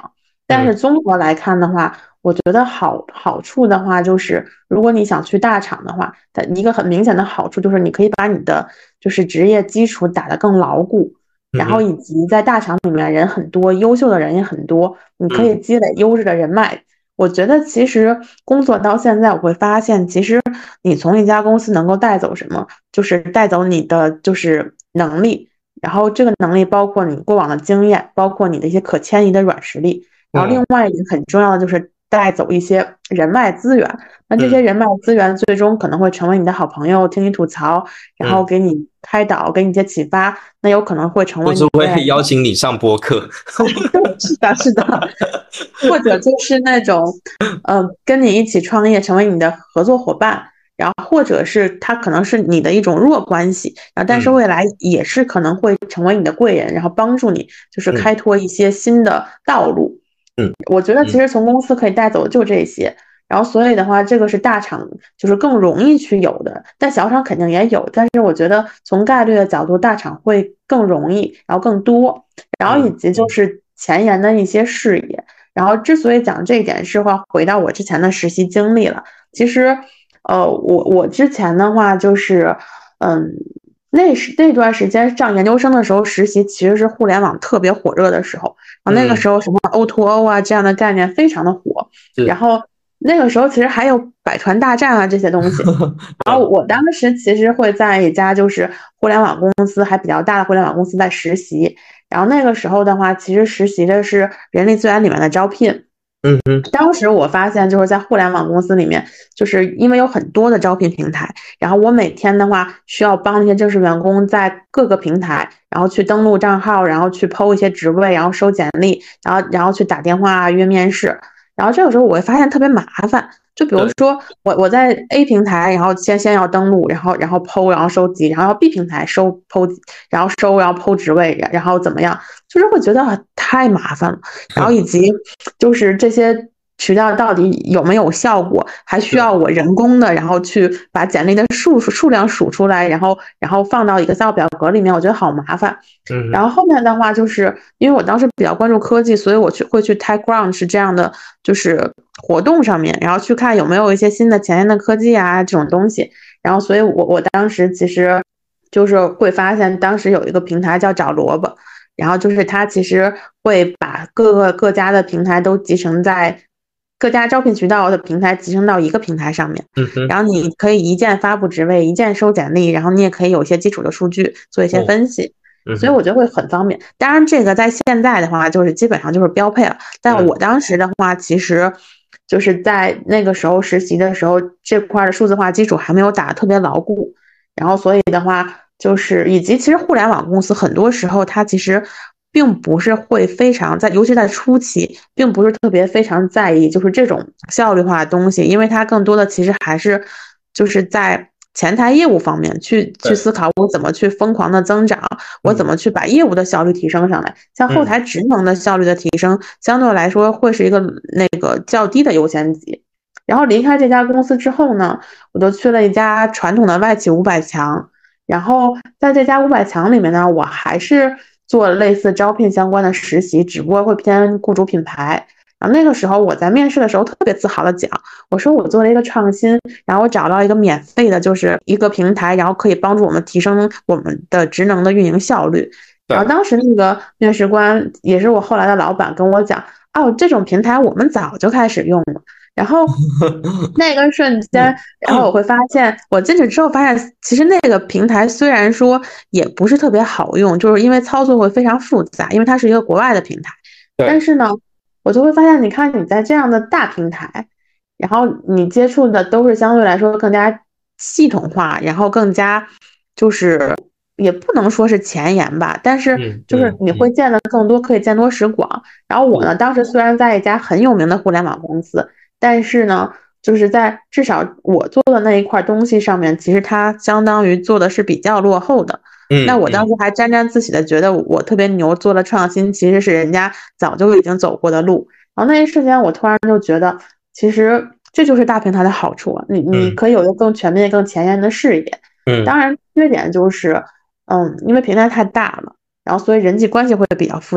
但是综合来看的话，我觉得好处的话，就是如果你想去大厂的话，它一个很明显的好处就是你可以把你的就是职业基础打得更牢固，然后以及在大厂里面人很多，优秀的人也很多，你可以积累优质的人脉。我觉得其实工作到现在，我会发现，其实你从一家公司能够带走什么，就是带走你的就是能力，然后这个能力包括你过往的经验，包括你的一些可迁移的软实力，然后另外一个很重要的就是带走一些人脉资源。那这些人脉资源最终可能会成为你的好朋友，听你吐槽，然后给你开导，给你一些启发，那有可能会成为你， 或者会邀请你上播客。 是的，是的，或者就是那种，跟你一起创业，成为你的合作伙伴，然后或者是他可能是你的一种弱关系，然后但是未来也是可能会成为你的贵人，然后帮助你就是开拓一些新的道路。我觉得其实从公司可以带走的就这些。然后所以的话，这个是大厂就是更容易去有的，但小厂肯定也有，但是我觉得从概率的角度，大厂会更容易，然后更多，然后以及就是前沿的一些视野。然后之所以讲这一点是话，回到我之前的实习经历了。其实，我之前的话就是，那段时间上研究生的时候实习，其实是互联网特别火热的时候。然后那个时候什么 O2O 啊这样的概念非常的火，然后那个时候其实还有百团大战啊这些东西。然后我当时其实会在一家就是互联网公司还比较大的互联网公司在实习，然后那个时候的话，其实实习的是人力资源里面的招聘。当时我发现就是在互联网公司里面，就是因为有很多的招聘平台，然后我每天的话需要帮那些正式员工在各个平台，然后去登录账号，然后去 PO 一些职位，然后收简历，然后去打电话约面试。然后这个时候我会发现特别麻烦，就比如说我在 A 平台，然后先要登录，然后 PO， 然后收集，然后 B 平台收 PO， 然后PO 职位，然后怎么样，就是会觉得太麻烦了。然后以及就是这些渠道到底有没有效果，还需要我人工的，然后去把简历的数量数出来，然后放到一个 Excel 表格里面，我觉得好麻烦。然后后面的话就是因为我当时比较关注科技，所以我会去 TechCrunch 这样的就是活动上面，然后去看有没有一些新的前沿的科技啊这种东西。然后所以我当时其实就是会发现，当时有一个平台叫找萝卜，然后就是它其实会把各家的平台都集成在各家招聘渠道的平台集成到一个平台上面，然后你可以一键发布职位，一键收简历，然后你也可以有一些基础的数据做一些分析。所以我觉得会很方便。当然这个在现在的话就是基本上就是标配了，但我当时的话其实就是在那个时候实习的时候，这块的数字化基础还没有打得特别牢固，然后所以的话就是以及其实互联网公司很多时候它其实并不是会非常尤其在初期并不是特别非常在意就是这种效率化的东西，因为它更多的其实还是就是在前台业务方面去思考我怎么去疯狂的增长，我怎么去把业务的效率提升上来。像后台职能的效率的提升相对来说会是一个那个较低的优先级。然后离开这家公司之后呢，我就去了一家传统的外企500强，然后在这家500强里面呢，我还是做类似招聘相关的实习，只不过会偏雇主品牌。然后那个时候我在面试的时候特别自豪的讲，我说我做了一个创新，然后我找到一个免费的就是一个平台，然后可以帮助我们提升我们的职能的运营效率。然后当时那个面试官也是我后来的老板跟我讲，这种平台我们早就开始用了。然后那个瞬间，然后我会发现我进去之后发现其实那个平台虽然说也不是特别好用，就是因为操作会非常复杂，因为它是一个国外的平台。但是呢我就会发现，你看你在这样的大平台，然后你接触的都是相对来说更加系统化，然后更加就是也不能说是前沿吧，但是就是你会见的更多，可以见多识广。然后我呢，当时虽然在一家很有名的互联网公司，但是呢就是在至少我做的那一块东西上面，其实它相当于做的是比较落后的。那我当时还沾沾自喜的觉得我特别牛，做了创新，其实是人家早就已经走过的路。然后那一瞬间我突然就觉得其实这就是大平台的好处，你可以有一个更全面更前沿的视野。当然缺点就是因为平台太大了，然后所以人际关系会比较复杂。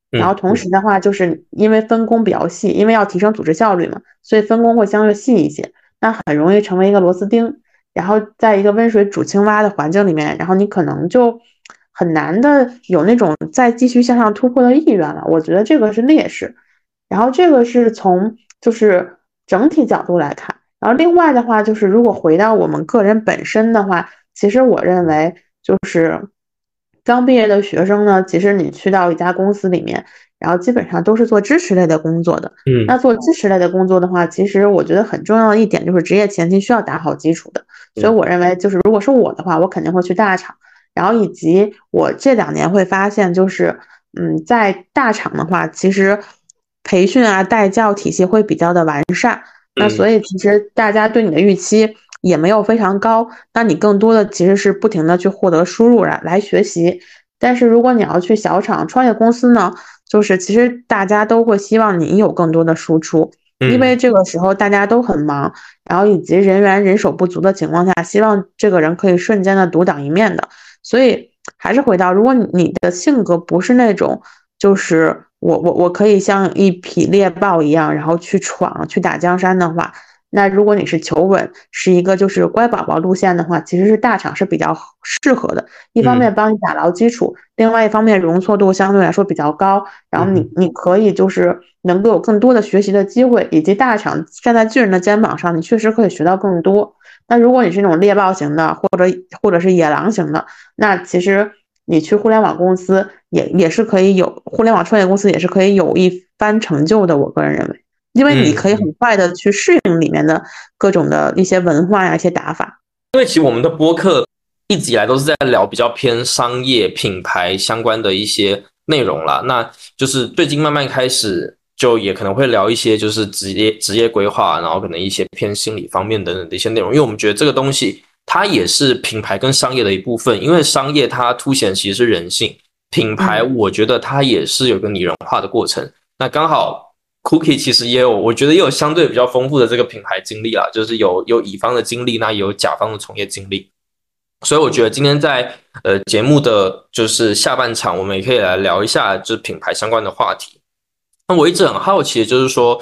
然后同时的话，就是因为分工比较细，因为要提升组织效率嘛，所以分工会相对细一些，那很容易成为一个螺丝钉。然后在一个温水煮青蛙的环境里面，然后你可能就很难的有那种再继续向上突破的意愿了。我觉得这个是劣势。然后这个是从就是整体角度来看。然后另外的话，就是如果回到我们个人本身的话，其实我认为就是刚毕业的学生呢，其实你去到一家公司里面，然后基本上都是做支持类的工作的。那做支持类的工作的话，其实我觉得很重要的一点就是职业前期需要打好基础的。所以我认为就是如果是我的话，我肯定会去大厂。然后以及我这2年会发现就是在大厂的话，其实培训啊带教体系会比较的完善。那所以其实大家对你的预期也没有非常高，那你更多的其实是不停的去获得输入来学习。但是如果你要去小厂创业公司呢，就是其实大家都会希望你有更多的输出，因为这个时候大家都很忙，然后以及人手不足的情况下，希望这个人可以瞬间的独当一面的。所以还是回到，如果你的性格不是那种就是我可以像一匹猎豹一样，然后去闯去打江山的话，那如果你是求稳，是一个就是乖宝宝路线的话，其实是大厂是比较适合的。一方面帮你打牢基础，另外一方面容错度相对来说比较高，然后你可以就是能够有更多的学习的机会，以及大厂站在巨人的肩膀上，你确实可以学到更多。那如果你是那种猎豹型的，或者是野狼型的，那其实你去互联网公司也是可以有，互联网创业公司也是可以有一番成就的，我个人认为。因为你可以很快的去适应里面的各种的一些文化呀、一些打法。 因为其实我们的播客一直以来都是在聊比较偏商业品牌相关的一些内容啦，那就是最近慢慢开始就也可能会聊一些就是职业规划，然后可能一些偏心理方面等等的一些内容，因为我们觉得这个东西它也是品牌跟商业的一部分，因为商业它凸显其实是人性，品牌我觉得它也是有个拟人化的过程。那刚好Cookie 其实我觉得也有相对比较丰富的这个品牌经历啦，就是有乙方的经历，那也有甲方的从业经历。所以我觉得今天在节目的就是下半场，我们也可以来聊一下就是品牌相关的话题。那我一直很好奇的就是说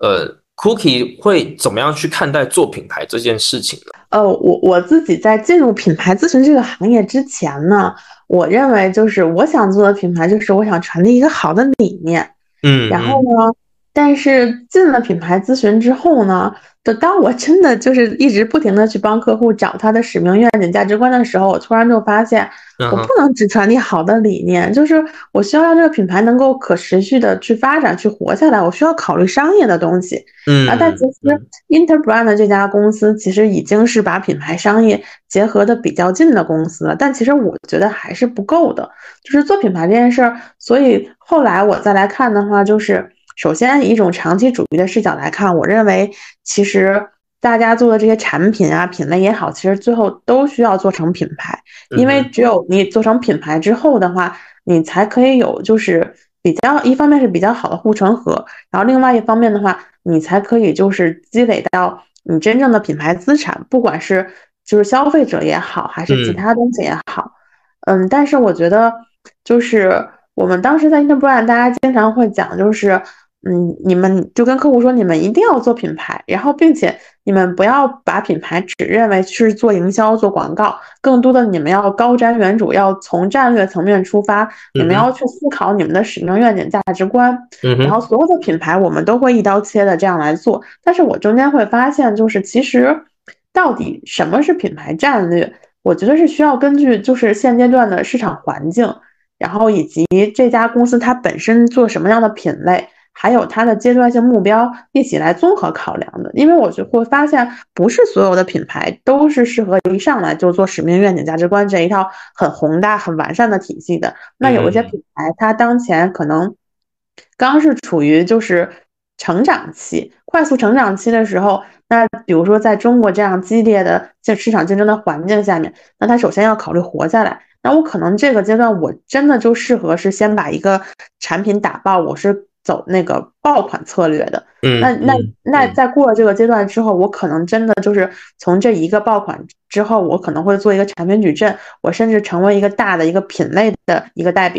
Cookie 会怎么样去看待做品牌这件事情呢？ 我自己在进入品牌咨询这个行业之前呢，我认为就是我想做的品牌就是我想传递一个好的理念。然后呢，但是进了品牌咨询之后呢，当我真的就是一直不停的去帮客户找他的使命、愿景、价值观的时候，我突然就发现，我不能只传递好的理念，就是我需要让这个品牌能够可持续的去发展、去活下来，我需要考虑商业的东西。但其实 Interbrand 这家公司其实已经是把品牌商业结合的比较近的公司了，但其实我觉得还是不够的，就是做品牌这件事儿。所以后来我再来看的话，就是首先以一种长期主义的视角来看，我认为其实大家做的这些产品啊、品类也好，其实最后都需要做成品牌，因为只有你做成品牌之后的话，你才可以有就是比较，一方面是比较好的护城河，然后另外一方面的话，你才可以就是积累到你真正的品牌资产，不管是就是消费者也好，还是其他东西也好。但是我觉得就是我们当时在 Interbrand 大家经常会讲就是你们就跟客户说你们一定要做品牌，然后并且你们不要把品牌只认为是做营销做广告，更多的你们要高瞻远瞩，要从战略层面出发，你们要去思考你们的使命愿景价值观。然后所有的品牌我们都会一刀切的这样来做，但是我中间会发现就是其实到底什么是品牌战略，我觉得是需要根据就是现阶段的市场环境，然后以及这家公司它本身做什么样的品类，还有它的阶段性目标一起来综合考量的。因为我就会发现不是所有的品牌都是适合一上来就做使命愿景价值观这一套很宏大很完善的体系的。那有一些品牌它当前可能刚是处于就是成长期，快速成长期的时候，那比如说在中国这样激烈的市场竞争的环境下面，那它首先要考虑活下来。那我可能这个阶段我真的就适合是先把一个产品打爆，我是走那个爆款策略的。那在过了这个阶段之后，我可能真的就是从这一个爆款之后，我可能会做一个产品矩阵，我甚至成为一个大的一个品类的一个代表。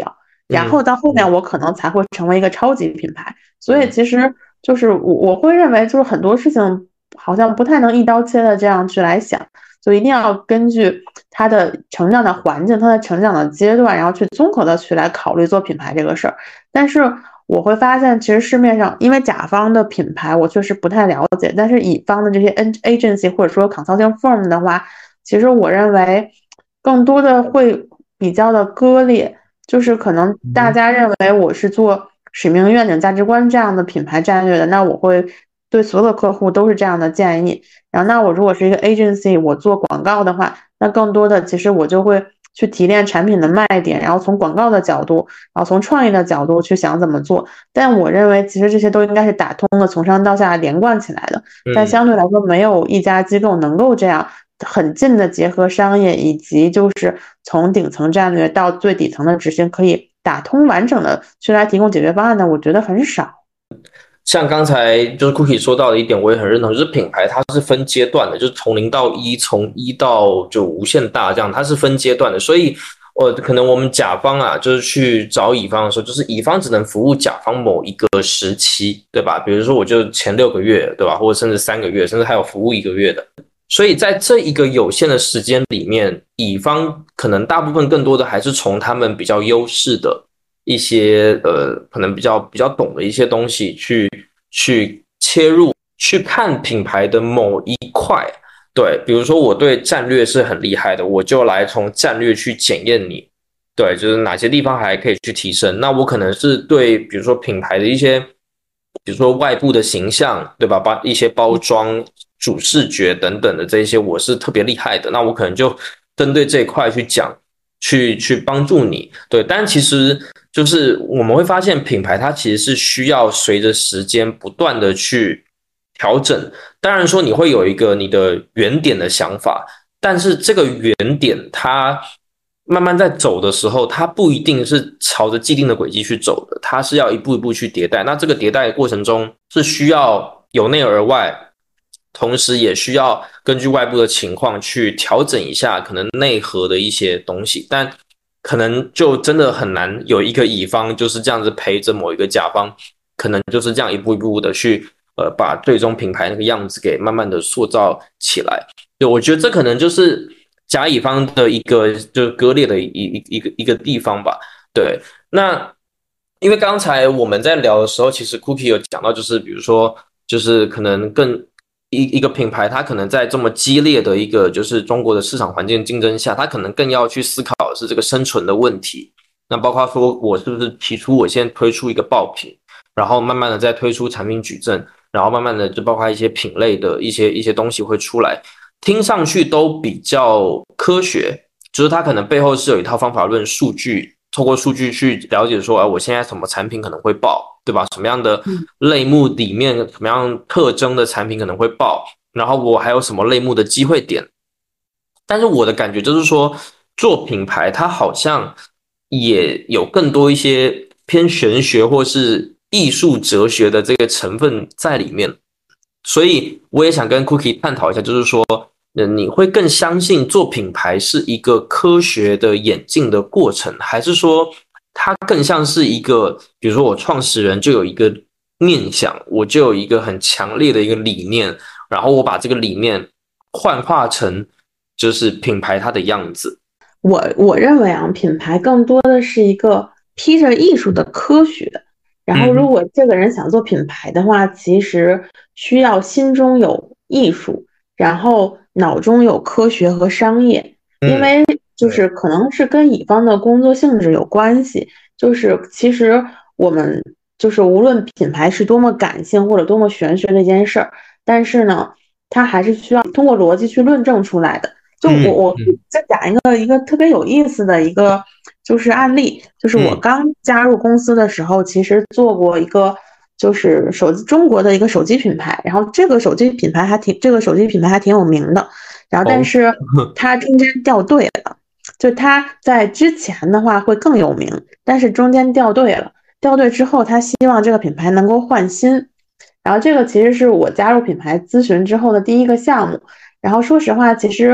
然后到后面我可能才会成为一个超级品牌。所以其实就是我会认为就是很多事情好像不太能一刀切的这样去来想，就一定要根据他的成长的环境，他的成长的阶段，然后去综合的去来考虑做品牌这个事儿。但是我会发现，其实市面上，因为甲方的品牌我确实不太了解，但是乙方的这些 agency 或者说 consulting firm 的话，其实我认为更多的会比较的割裂，就是可能大家认为我是做使命、愿景、价值观这样的品牌战略的，那我会对所有的客户都是这样的建议。然后那我如果是一个 agency， 我做广告的话，那更多的其实我就会去提炼产品的卖点，然后从广告的角度，然后从创意的角度去想怎么做。但我认为其实这些都应该是打通了，从上到下连贯起来的。但相对来说，没有一家机构能够这样很近的结合商业以及就是从顶层战略到最底层的执行，可以打通完整的去来提供解决方案的，我觉得很少。 像刚才就是 Cookie 说到的一点，我也很认同，就是品牌它是分阶段的，就是从0到1，从1到就无限大这样，它是分阶段的。所以可能我们甲方啊，就是去找乙方的时候，就是乙方只能服务甲方某一个时期，对吧？比如说我就前6个月，对吧？或者甚至3个月，甚至还有服务1个月的。所以在这一个有限的时间里面，乙方可能大部分更多的还是从他们比较优势的一些可能比较懂的一些东西去切入，去看品牌的某一块。对，比如说我对战略是很厉害的，我就来从战略去检验你，对，就是哪些地方还可以去提升。那我可能是对比如说品牌的一些比如说外部的形象，对吧，一些包装主视觉等等的这些我是特别厉害的，那我可能就针对这一块去讲，去帮助你。对，但其实就是我们会发现品牌它其实是需要随着时间不断的去调整。当然说你会有一个你的原点的想法，但是这个原点它慢慢在走的时候，它不一定是朝着既定的轨迹去走的，它是要一步一步去迭代。那这个迭代的过程中是需要由内而外，同时也需要根据外部的情况去调整一下可能内核的一些东西。但可能就真的很难有一个乙方就是这样子陪着某一个甲方，可能就是这样一步一步的去把最终品牌那个样子给慢慢的塑造起来。对，我觉得这可能就是甲乙方的一个就是割裂的一个地方吧。对，那因为刚才我们在聊的时候，其实 Cookie 有讲到，就是比如说就是可能更一个品牌它可能在这么激烈的一个就是中国的市场环境竞争下，它可能更要去思考的是这个生存的问题。那包括说我是不是提出我先推出一个爆品，然后慢慢的再推出产品矩阵，然后慢慢的就包括一些品类的一些东西会出来，听上去都比较科学，就是它可能背后是有一套方法论数据，透过数据去了解说我现在什么产品可能会爆，对吧？什么样的类目里面什么样特征的产品可能会爆，然后我还有什么类目的机会点。但是我的感觉就是说，做品牌它好像也有更多一些偏玄学或是艺术哲学的这个成分在里面。所以我也想跟 Cookie 探讨一下，就是说你会更相信做品牌是一个科学的演进的过程，还是说它更像是一个比如说我创始人就有一个念想，我就有一个很强烈的一个理念，然后我把这个理念幻化成就是品牌它的样子。 我认为品牌更多的是一个披着艺术的科学。然后如果这个人想做品牌的话，其实需要心中有艺术，然后脑中有科学和商业。因为就是可能是跟乙方的工作性质有关系，就是其实我们就是无论品牌是多么感性或者多么玄学的一件事儿，但是呢它还是需要通过逻辑去论证出来的。就我再讲一个特别有意思的一个就是案例，就是我刚加入公司的时候，其实做过一个就是中国的一个手机品牌，然后这个手机品牌还挺有名的，然后但是它中间掉队了，就它在之前的话会更有名，但是中间掉队了，掉队之后他希望这个品牌能够换新，然后这个其实是我加入品牌咨询之后的第一个项目。然后说实话，其实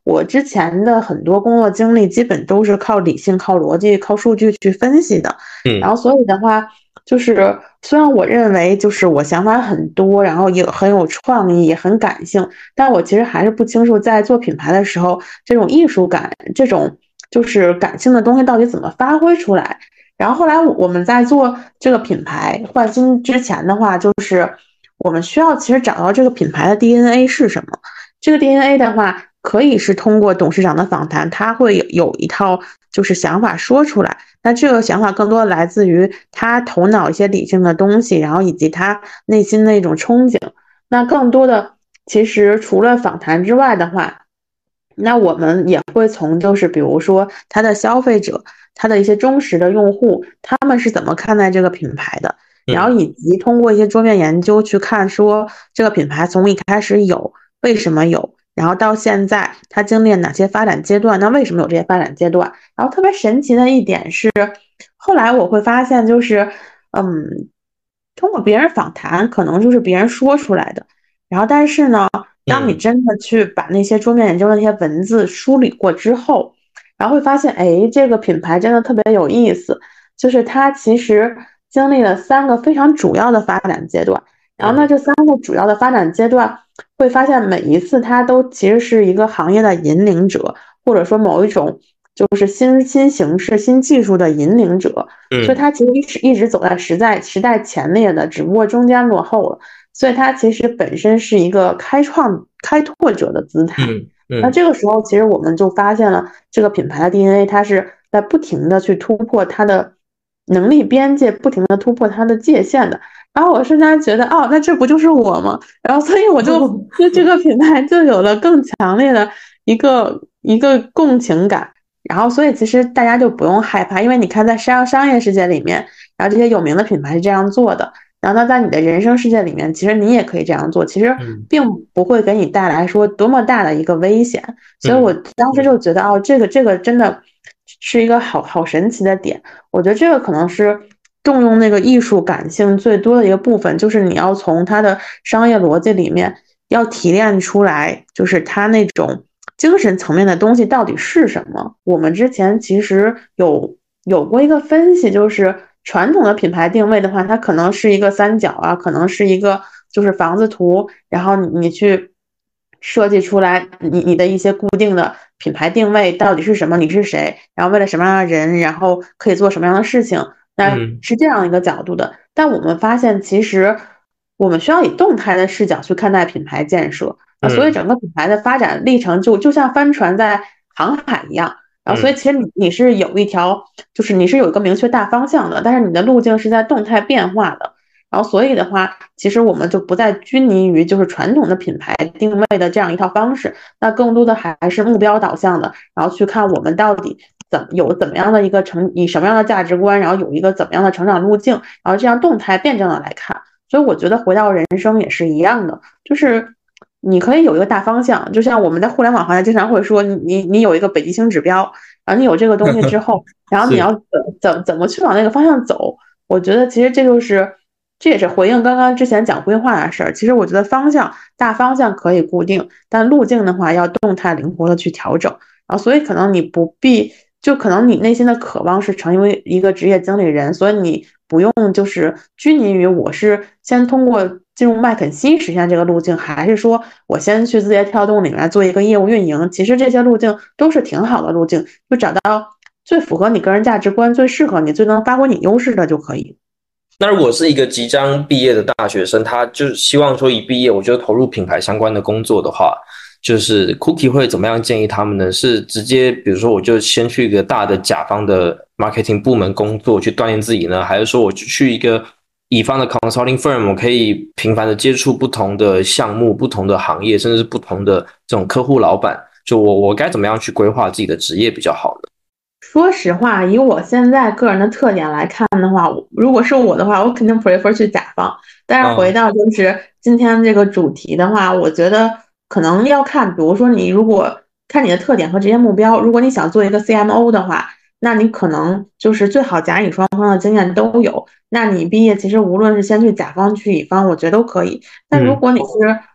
我之前的很多工作经历基本都是靠理性、靠逻辑、靠数据去分析的。然后所以的话，就是虽然我认为就是我想法很多，然后也很有创意，也很感性，但我其实还是不清楚在做品牌的时候，这种艺术感，这种就是感性的东西到底怎么发挥出来。然后后来我们在做这个品牌换新之前的话，就是我们需要其实找到这个品牌的 DNA 是什么。这个 DNA 的话，可以是通过董事长的访谈，他会有一套就是想法说出来。那这个想法更多来自于他头脑一些理性的东西，然后以及他内心的一种憧憬。那更多的其实除了访谈之外的话，那我们也会从就是比如说他的消费者，他的一些忠实的用户，他们是怎么看待这个品牌的，然后以及通过一些桌面研究去看说这个品牌从一开始有，为什么有，然后到现在它经历了哪些发展阶段，那为什么有这些发展阶段。然后特别神奇的一点是，后来我会发现就是通过别人访谈可能就是别人说出来的，然后但是呢当你真的去把那些桌面研究的那些文字梳理过之后，然后会发现这个品牌真的特别有意思，就是它其实经历了3个非常主要的发展阶段。然后呢这3个主要的发展阶段会发现每一次它都其实是一个行业的引领者，或者说某一种就是新形式新技术的引领者。所以它其实一直走在时代前列的，只不过中间落后了。所以它其实本身是一个开拓者的姿态。那这个时候其实我们就发现了这个品牌的 DNA 它是在不停的去突破它的能力边界，不停的突破它的界限的。然后我瞬间觉得那这不就是我吗？然后所以我就对这个品牌就有了更强烈的一个共情感。然后所以其实大家就不用害怕，因为你看在商业世界里面，然后这些有名的品牌是这样做的，然后在你的人生世界里面其实你也可以这样做，其实并不会给你带来说多么大的一个危险。所以我当时就觉得这个真的是一个好神奇的点。我觉得这个可能是重用那个艺术感性最多的一个部分，就是你要从它的商业逻辑里面要提炼出来，就是它那种精神层面的东西到底是什么。我们之前其实有过一个分析，就是传统的品牌定位的话，它可能是一个三角啊，可能是一个就是房子图，然后你去设计出来你的一些固定的品牌定位到底是什么，你是谁，然后为了什么样的人，然后可以做什么样的事情，那是这样一个角度的。但我们发现其实我们需要以动态的视角去看待品牌建设。所以整个品牌的发展历程就像帆船在航海一样。然后所以其实你是有一条，就是你是有一个明确大方向的，但是你的路径是在动态变化的。然后所以的话，其实我们就不再拘泥于就是传统的品牌定位的这样一套方式，那更多的还是目标导向的，然后去看我们到底有怎么样的一个以什么样的价值观，然后有一个怎么样的成长路径，然后这样动态辩证的来看。所以我觉得回到人生也是一样的，就是你可以有一个大方向，就像我们在互联网行业经常会说你有一个北极星指标，然后你有这个东西之后然后你要怎么去往那个方向走。我觉得其实这也是回应刚刚之前讲规划的事儿。其实我觉得大方向可以固定，但路径的话要动态灵活的去调整。然后所以可能你不必，就可能你内心的渴望是成为一个职业经理人，所以你不用就是拘泥于我是先通过进入麦肯锡实现这个路径，还是说我先去字节跳动里面做一个业务运营。其实这些路径都是挺好的路径，就找到最符合你个人价值观，最适合你，最能发挥你优势的就可以。 那如果是一个即将毕业的大学生，他就希望说一毕业我就投入品牌相关的工作的话，就是 Cookie 会怎么样建议他们呢？是直接比如说我就先去一个大的甲方的 marketing 部门工作去锻炼自己呢，还是说我去一个乙方的 consulting firm， 我可以频繁的接触不同的项目、不同的行业，甚至是不同的这种客户老板，就我该怎么样去规划自己的职业比较好呢？ 说实话，以我现在个人的特点来看的话，如果是我的话，我肯定 prefer 去甲方。但是回到就是今天这个主题的话，我觉得可能要看，比如说你如果看你的特点和职业目标，如果你想做一个 CMO 的话，那你可能就是最好甲乙双方的经验都有。那你毕业其实无论是先去甲方去乙方，我觉得都可以。但如果你是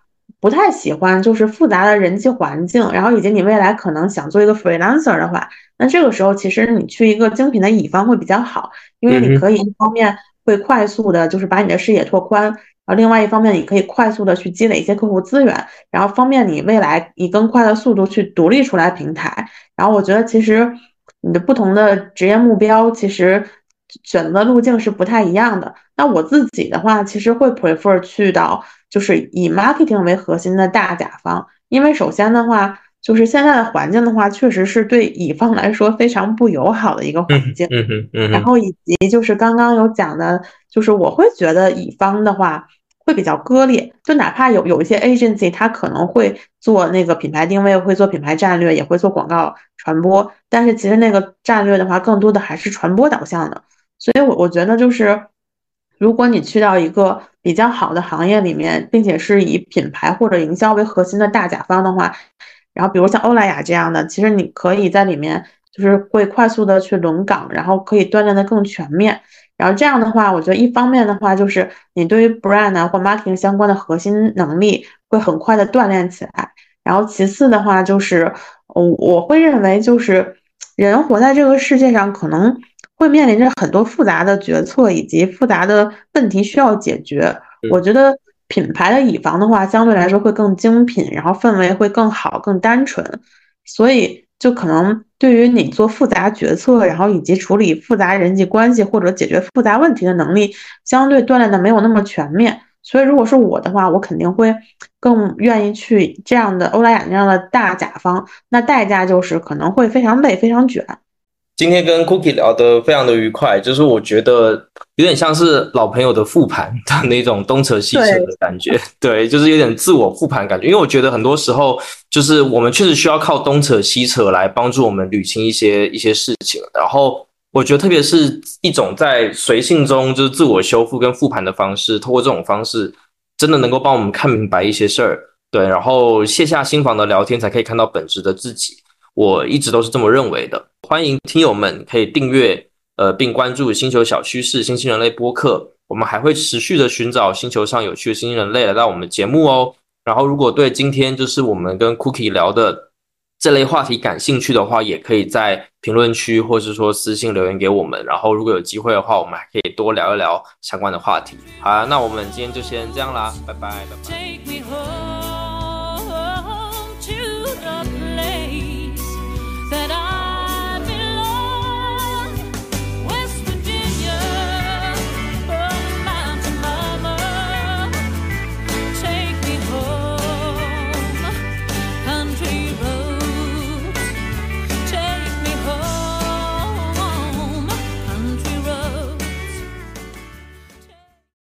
不太喜欢就是复杂的人际环境，然后以及你未来可能想做一个 freelancer 的话，那这个时候其实你去一个精品的乙方会比较好，因为你可以一方面会快速的就是把你的视野拓宽，然后另外一方面你可以快速的去积累一些客户资源，然后方便你未来以更快的速度去独立出来平台。然后我觉得其实你的不同的职业目标其实选择路径是不太一样的。那我自己的话其实会 prefer 去到就是以 marketing 为核心的大甲方，因为首先的话就是现在的环境的话确实是对乙方来说非常不友好的一个环境，然后以及就是刚刚有讲的就是我会觉得乙方的话会比较割裂，就哪怕有一些 agency 它可能会做那个品牌定位，会做品牌战略，也会做广告传播，但是其实那个战略的话更多的还是传播导向的。所以我觉得就是如果你去到一个比较好的行业里面，并且是以品牌或者营销为核心的大甲方的话，然后比如像欧莱雅这样的，其实你可以在里面就是会快速的去轮岗，然后可以锻炼的更全面。然后这样的话我觉得一方面的话就是你对于 brand 或 marketing 相关的核心能力会很快的锻炼起来，然后其次的话就是我会认为就是人活在这个世界上可能会面临着很多复杂的决策以及复杂的问题需要解决，我觉得品牌的乙方的话相对来说会更精品，然后氛围会更好更单纯，所以就可能对于你做复杂决策然后以及处理复杂人际关系或者解决复杂问题的能力相对锻炼的没有那么全面，所以如果是我的话我肯定会更愿意去这样的欧莱雅那样的大甲方，那代价就是可能会非常累非常卷。 今天跟 Cookie 聊得非常的愉快，就是我觉得有点像是老朋友的复盘的那种东扯西扯的感觉， 对，就是有点自我复盘感觉，因为我觉得很多时候就是我们确实需要靠东扯西扯来帮助我们捋清一些事情，然后我觉得特别是一种在随性中就是自我修复跟复盘的方式，透过这种方式真的能够帮我们看明白一些事儿，对，然后卸下心防的聊天才可以看到本质的自己，我一直都是这么认为的。欢迎听友们可以订阅并关注星球小趋势新兴人类播客，我们还会持续的寻找星球上有趣的新兴人类来到我们的节目哦。然后如果对今天就是我们跟 Cookie 聊的这类话题感兴趣的话，也可以在评论区或是说私信留言给我们，然后如果有机会的话我们还可以多聊一聊相关的话题。好，那我们今天就先这样啦，拜拜拜拜。